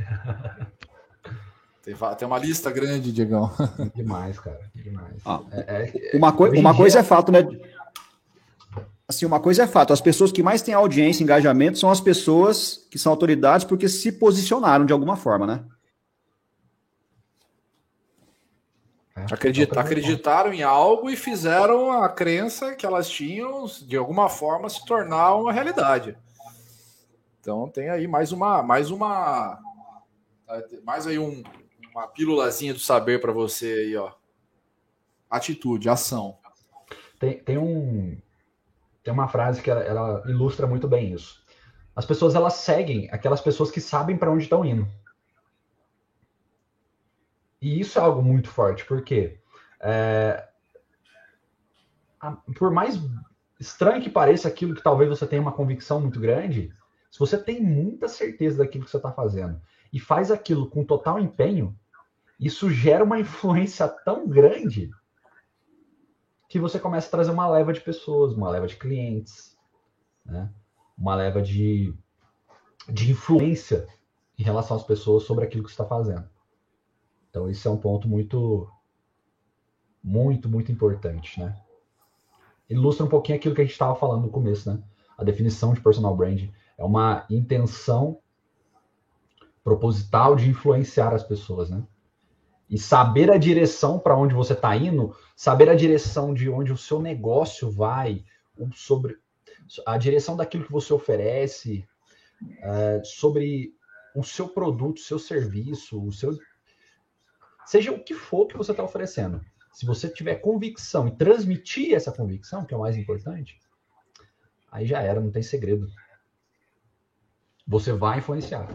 Speaker 3: Tem uma lista grande, Diegão.
Speaker 2: Demais, cara. Demais.
Speaker 1: Uma coisa é fato, né? Assim, uma coisa é fato. As pessoas que mais têm audiência e engajamento são as pessoas que são autoridades porque se posicionaram de alguma forma, né?
Speaker 3: Acreditaram em algo e fizeram a crença que elas tinham, de alguma forma, se tornar uma realidade. Então tem aí mais aí uma pílulazinha do saber para você aí, ó. Atitude, ação.
Speaker 2: Tem uma frase que ela ilustra muito bem isso. As pessoas, elas seguem aquelas pessoas que sabem para onde estão indo. E isso é algo muito forte, porque por mais estranho que pareça aquilo que talvez você tenha uma convicção muito grande, se você tem muita certeza daquilo que você está fazendo e faz aquilo com total empenho, isso gera uma influência tão grande que você começa a trazer uma leva de pessoas, uma leva de clientes, né? Uma leva de influência em relação às pessoas sobre aquilo que você está fazendo. Então, isso é um ponto muito, muito, muito importante, né? Ilustra um pouquinho aquilo que a gente estava falando no começo, né? A definição de personal brand é uma intenção proposital de influenciar as pessoas, né? E saber a direção para onde você está indo, saber a direção de onde o seu negócio vai, sobre a direção daquilo que você oferece, sobre o seu produto, o seu serviço, seja o que for que você está oferecendo. Se você tiver convicção e transmitir essa convicção, que é o mais importante, aí já era, não tem segredo. Você vai influenciar.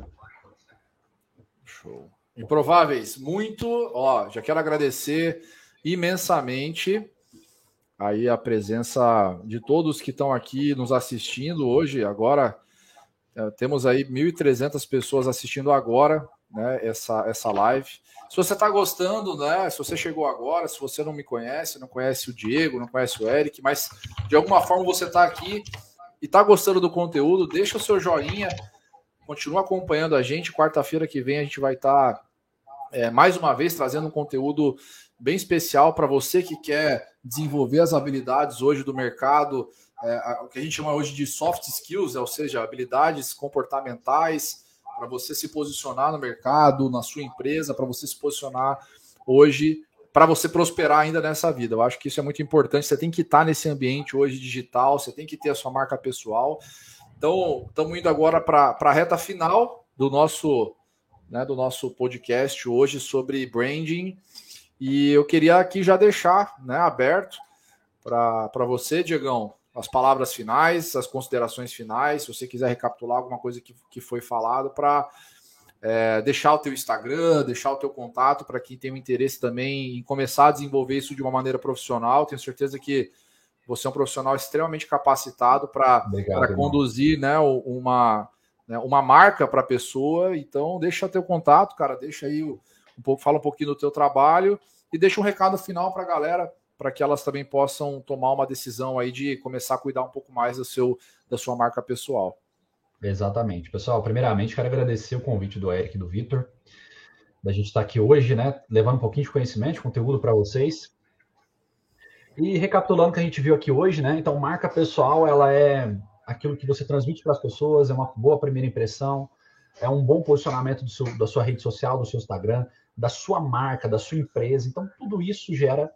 Speaker 3: Show. Improváveis, muito, já quero agradecer imensamente aí a presença de todos que estão aqui nos assistindo hoje. Agora temos aí 1.300 pessoas assistindo agora, né, essa live. Se você está gostando, né, se você chegou agora, se você não me conhece, não conhece o Diego, não conhece o Eric, mas de alguma forma você está aqui e está gostando do conteúdo, deixa o seu joinha, continua acompanhando a gente. Quarta-feira que vem a gente vai estar mais uma vez trazendo um conteúdo bem especial para você que quer desenvolver as habilidades hoje do mercado, o que a gente chama hoje de soft skills, ou seja, habilidades comportamentais para você se posicionar no mercado, na sua empresa, para você se posicionar hoje, para você prosperar ainda nessa vida. Eu acho que isso é muito importante. Você tem que estar nesse ambiente hoje digital, você tem que ter a sua marca pessoal. Então, estamos indo agora para a reta final do nosso podcast hoje sobre branding. E eu queria aqui já deixar, né, aberto para você, Diegão, as palavras finais, as considerações finais, se você quiser recapitular alguma coisa que foi falado, para deixar o teu Instagram, deixar o teu contato para quem tem um interesse também em começar a desenvolver isso de uma maneira profissional. Tenho certeza que você é um profissional extremamente capacitado para conduzir, né, uma marca para a pessoa. Então, deixa teu contato, cara, deixa aí fala um pouquinho do teu trabalho e deixa um recado final para a galera, para que elas também possam tomar uma decisão aí de começar a cuidar um pouco mais da sua marca pessoal.
Speaker 2: Exatamente. Pessoal, primeiramente, quero agradecer o convite do Eric e do Vitor, da gente estar aqui hoje, né, levando um pouquinho de conhecimento, de conteúdo para vocês. E recapitulando o que a gente viu aqui hoje, né, então marca pessoal, ela é aquilo que você transmite para as pessoas, é uma boa primeira impressão, é um bom posicionamento da sua rede social, do seu Instagram, da sua marca, da sua empresa. Então, tudo isso gera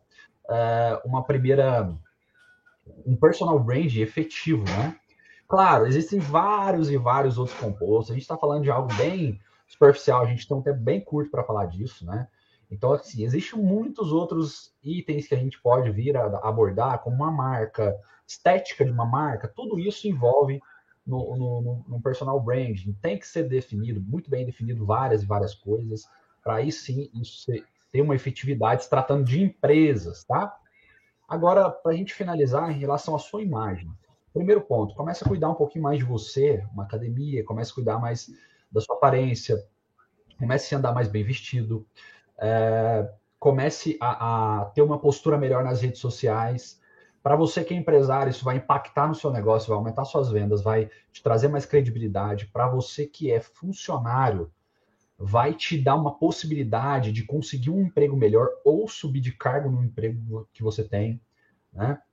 Speaker 2: um personal brand efetivo, né? Claro, existem vários e vários outros compostos. A gente está falando de algo bem superficial, a gente tem um tempo bem curto para falar disso, né? Então, assim, existem muitos outros itens que a gente pode vir a abordar, como uma marca, estética de uma marca, tudo isso envolve no personal branding. Tem que ser definido, muito bem definido, várias e várias coisas, para aí sim isso ter uma efetividade se tratando de empresas, tá? Agora, para a gente finalizar, em relação à sua imagem. Primeiro ponto, comece a cuidar um pouquinho mais de você, uma academia, comece a cuidar mais da sua aparência, comece a andar mais bem vestido, comece a ter uma postura melhor nas redes sociais. Para você que é empresário, isso vai impactar no seu negócio, vai aumentar suas vendas, vai te trazer mais credibilidade. Para você que é funcionário, vai te dar uma possibilidade de conseguir um emprego melhor ou subir de cargo no emprego que você tem, né?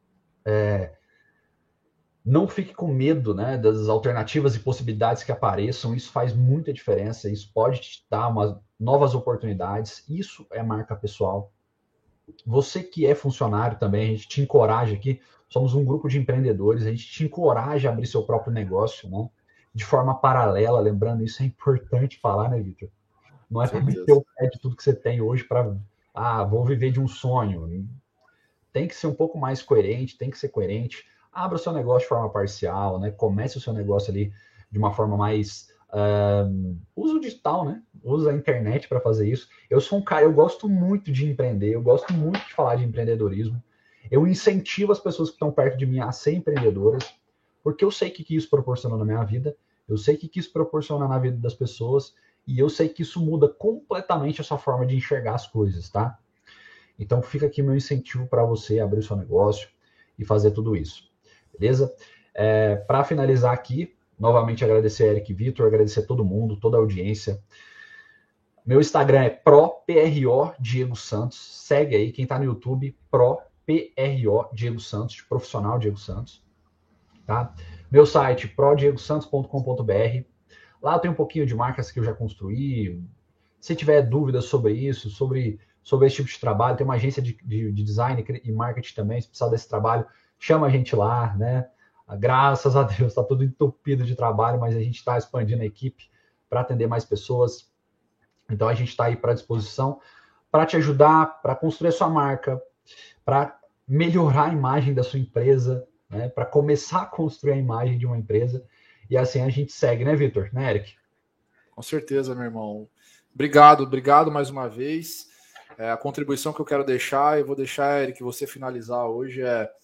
Speaker 2: Não fique com medo, né, das alternativas e possibilidades que apareçam. Isso faz muita diferença. Isso pode te dar novas oportunidades. Isso é marca pessoal. Você que é funcionário também, a gente te encoraja aqui, somos um grupo de empreendedores, a gente te encoraja a abrir seu próprio negócio, né? De forma paralela, lembrando, isso é importante falar, né, Vitor? Não
Speaker 3: Com
Speaker 2: é para meter
Speaker 3: certeza.
Speaker 2: o pé de tudo que você tem hoje para, vou viver de um sonho. Tem que ser um pouco mais coerente, tem que ser coerente. Abra o seu negócio de forma parcial, né? Comece o seu negócio ali de uma forma mais usa o digital, né? Usa a internet para fazer isso. Eu sou um cara, eu gosto muito de empreender, eu gosto muito de falar de empreendedorismo. Eu incentivo as pessoas que estão perto de mim a ser empreendedoras, porque eu sei que isso proporciona na minha vida, eu sei que isso proporciona na vida das pessoas, e eu sei que isso muda completamente a sua forma de enxergar as coisas, tá? Então fica aqui meu incentivo para você abrir o seu negócio e fazer tudo isso, beleza? Para finalizar aqui, novamente agradecer a Eric Vitor, agradecer a todo mundo, toda a audiência. Meu Instagram é PRO Diego Santos. Segue aí, quem está no YouTube, PRO Diego Santos, profissional Diego Santos. Tá? Meu site, prodiegosantos.com.br. Lá tem um pouquinho de marcas que eu já construí. Se tiver dúvidas sobre isso, sobre esse tipo de trabalho, tem uma agência de design e marketing também, se precisar desse trabalho, chama a gente lá, né? Graças a Deus, está tudo entupido de trabalho, mas a gente está expandindo a equipe para atender mais pessoas. Então a gente está aí para disposição para te ajudar, para construir a sua marca, para melhorar a imagem da sua empresa, né? Para começar a construir a imagem de uma empresa. E assim a gente segue, né, Vitor? Né, Eric?
Speaker 3: Com certeza, meu irmão. Obrigado mais uma vez. A contribuição que eu quero deixar, eu vou deixar, Eric, você finalizar hoje,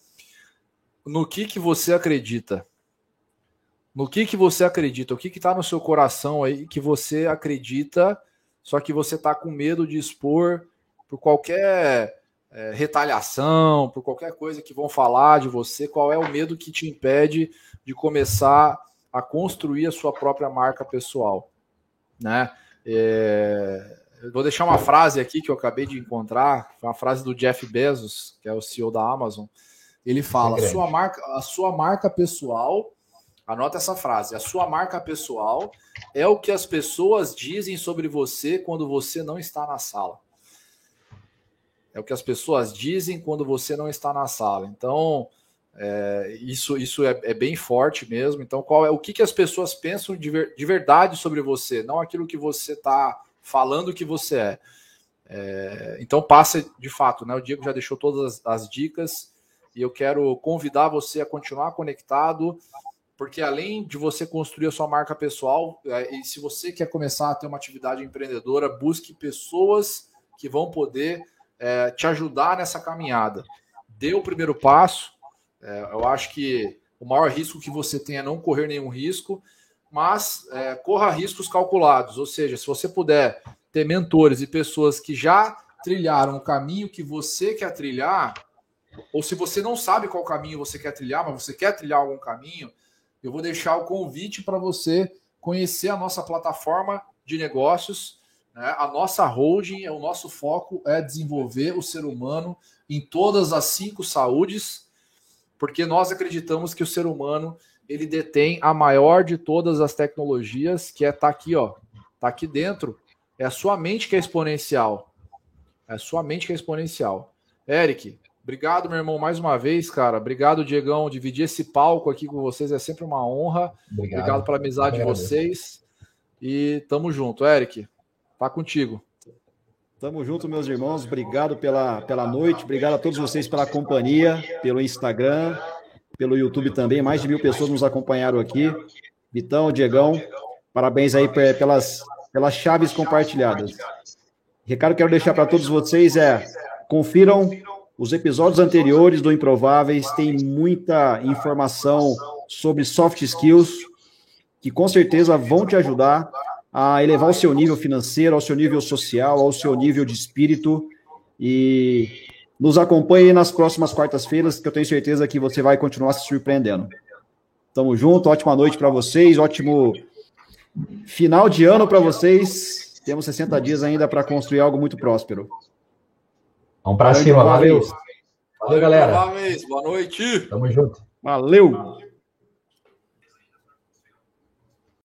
Speaker 3: no que você acredita. No que você acredita, o que está no seu coração aí que você acredita, só que você está com medo de expor por qualquer retaliação, por qualquer coisa que vão falar de você, qual é o medo que te impede de começar a construir a sua própria marca pessoal, né? Eu vou deixar uma frase aqui que eu acabei de encontrar, uma frase do Jeff Bezos, que é o CEO da Amazon. Ele fala: a sua marca pessoal, anota essa frase, a sua marca pessoal é o que as pessoas dizem sobre você quando você não está na sala. É o que as pessoas dizem quando você não está na sala. Então, isso é bem forte mesmo. Então, o que as pessoas pensam de verdade sobre você, não aquilo que você está falando que você é. Então, passa de fato, né? O Diego já deixou todas as dicas e eu quero convidar você a continuar conectado, porque além de você construir a sua marca pessoal, e se você quer começar a ter uma atividade empreendedora, busque pessoas que vão poder te ajudar nessa caminhada. Dê o primeiro passo. Eu acho que o maior risco que você tem é não correr nenhum risco, mas corra riscos calculados. Ou seja, se você puder ter mentores e pessoas que já trilharam o caminho que você quer trilhar, ou se você não sabe qual caminho você quer trilhar, mas você quer trilhar algum caminho, eu vou deixar o convite para você conhecer a nossa plataforma de negócios, né? A nossa holding, o nosso foco é desenvolver o ser humano em todas as 5 saúdes, porque nós acreditamos que o ser humano ele detém a maior de todas as tecnologias, que tá aqui, ó, tá aqui dentro. É a sua mente que é exponencial. É a sua mente que é exponencial. Eric, obrigado, meu irmão, mais uma vez, cara. Obrigado, Diegão, dividir esse palco aqui com vocês é sempre uma honra. Obrigado pela amizade de vocês. E tamo junto, Eric. Tá contigo.
Speaker 1: Tamo junto, meus irmãos. Obrigado pela noite. Obrigado a todos vocês pela companhia, pelo Instagram, pelo YouTube também. Mais de 1000 pessoas nos acompanharam aqui. Vitão, Diegão, parabéns aí pelas chaves compartilhadas. Recado que eu quero deixar para todos vocês confiram os episódios anteriores do Improváveis. Tem muita informação sobre soft skills que com certeza vão te ajudar a elevar o seu nível financeiro, ao seu nível social, ao seu nível de espírito. E nos acompanhe nas próximas quartas-feiras, que eu tenho certeza que você vai continuar se surpreendendo. Tamo junto, ótima noite para vocês, ótimo final de ano para vocês. Temos 60 dias ainda para construir algo muito próspero.
Speaker 2: Vamos para cima, valeu.
Speaker 3: Valeu, galera. Boa noite.
Speaker 2: Tamo junto.
Speaker 1: Valeu.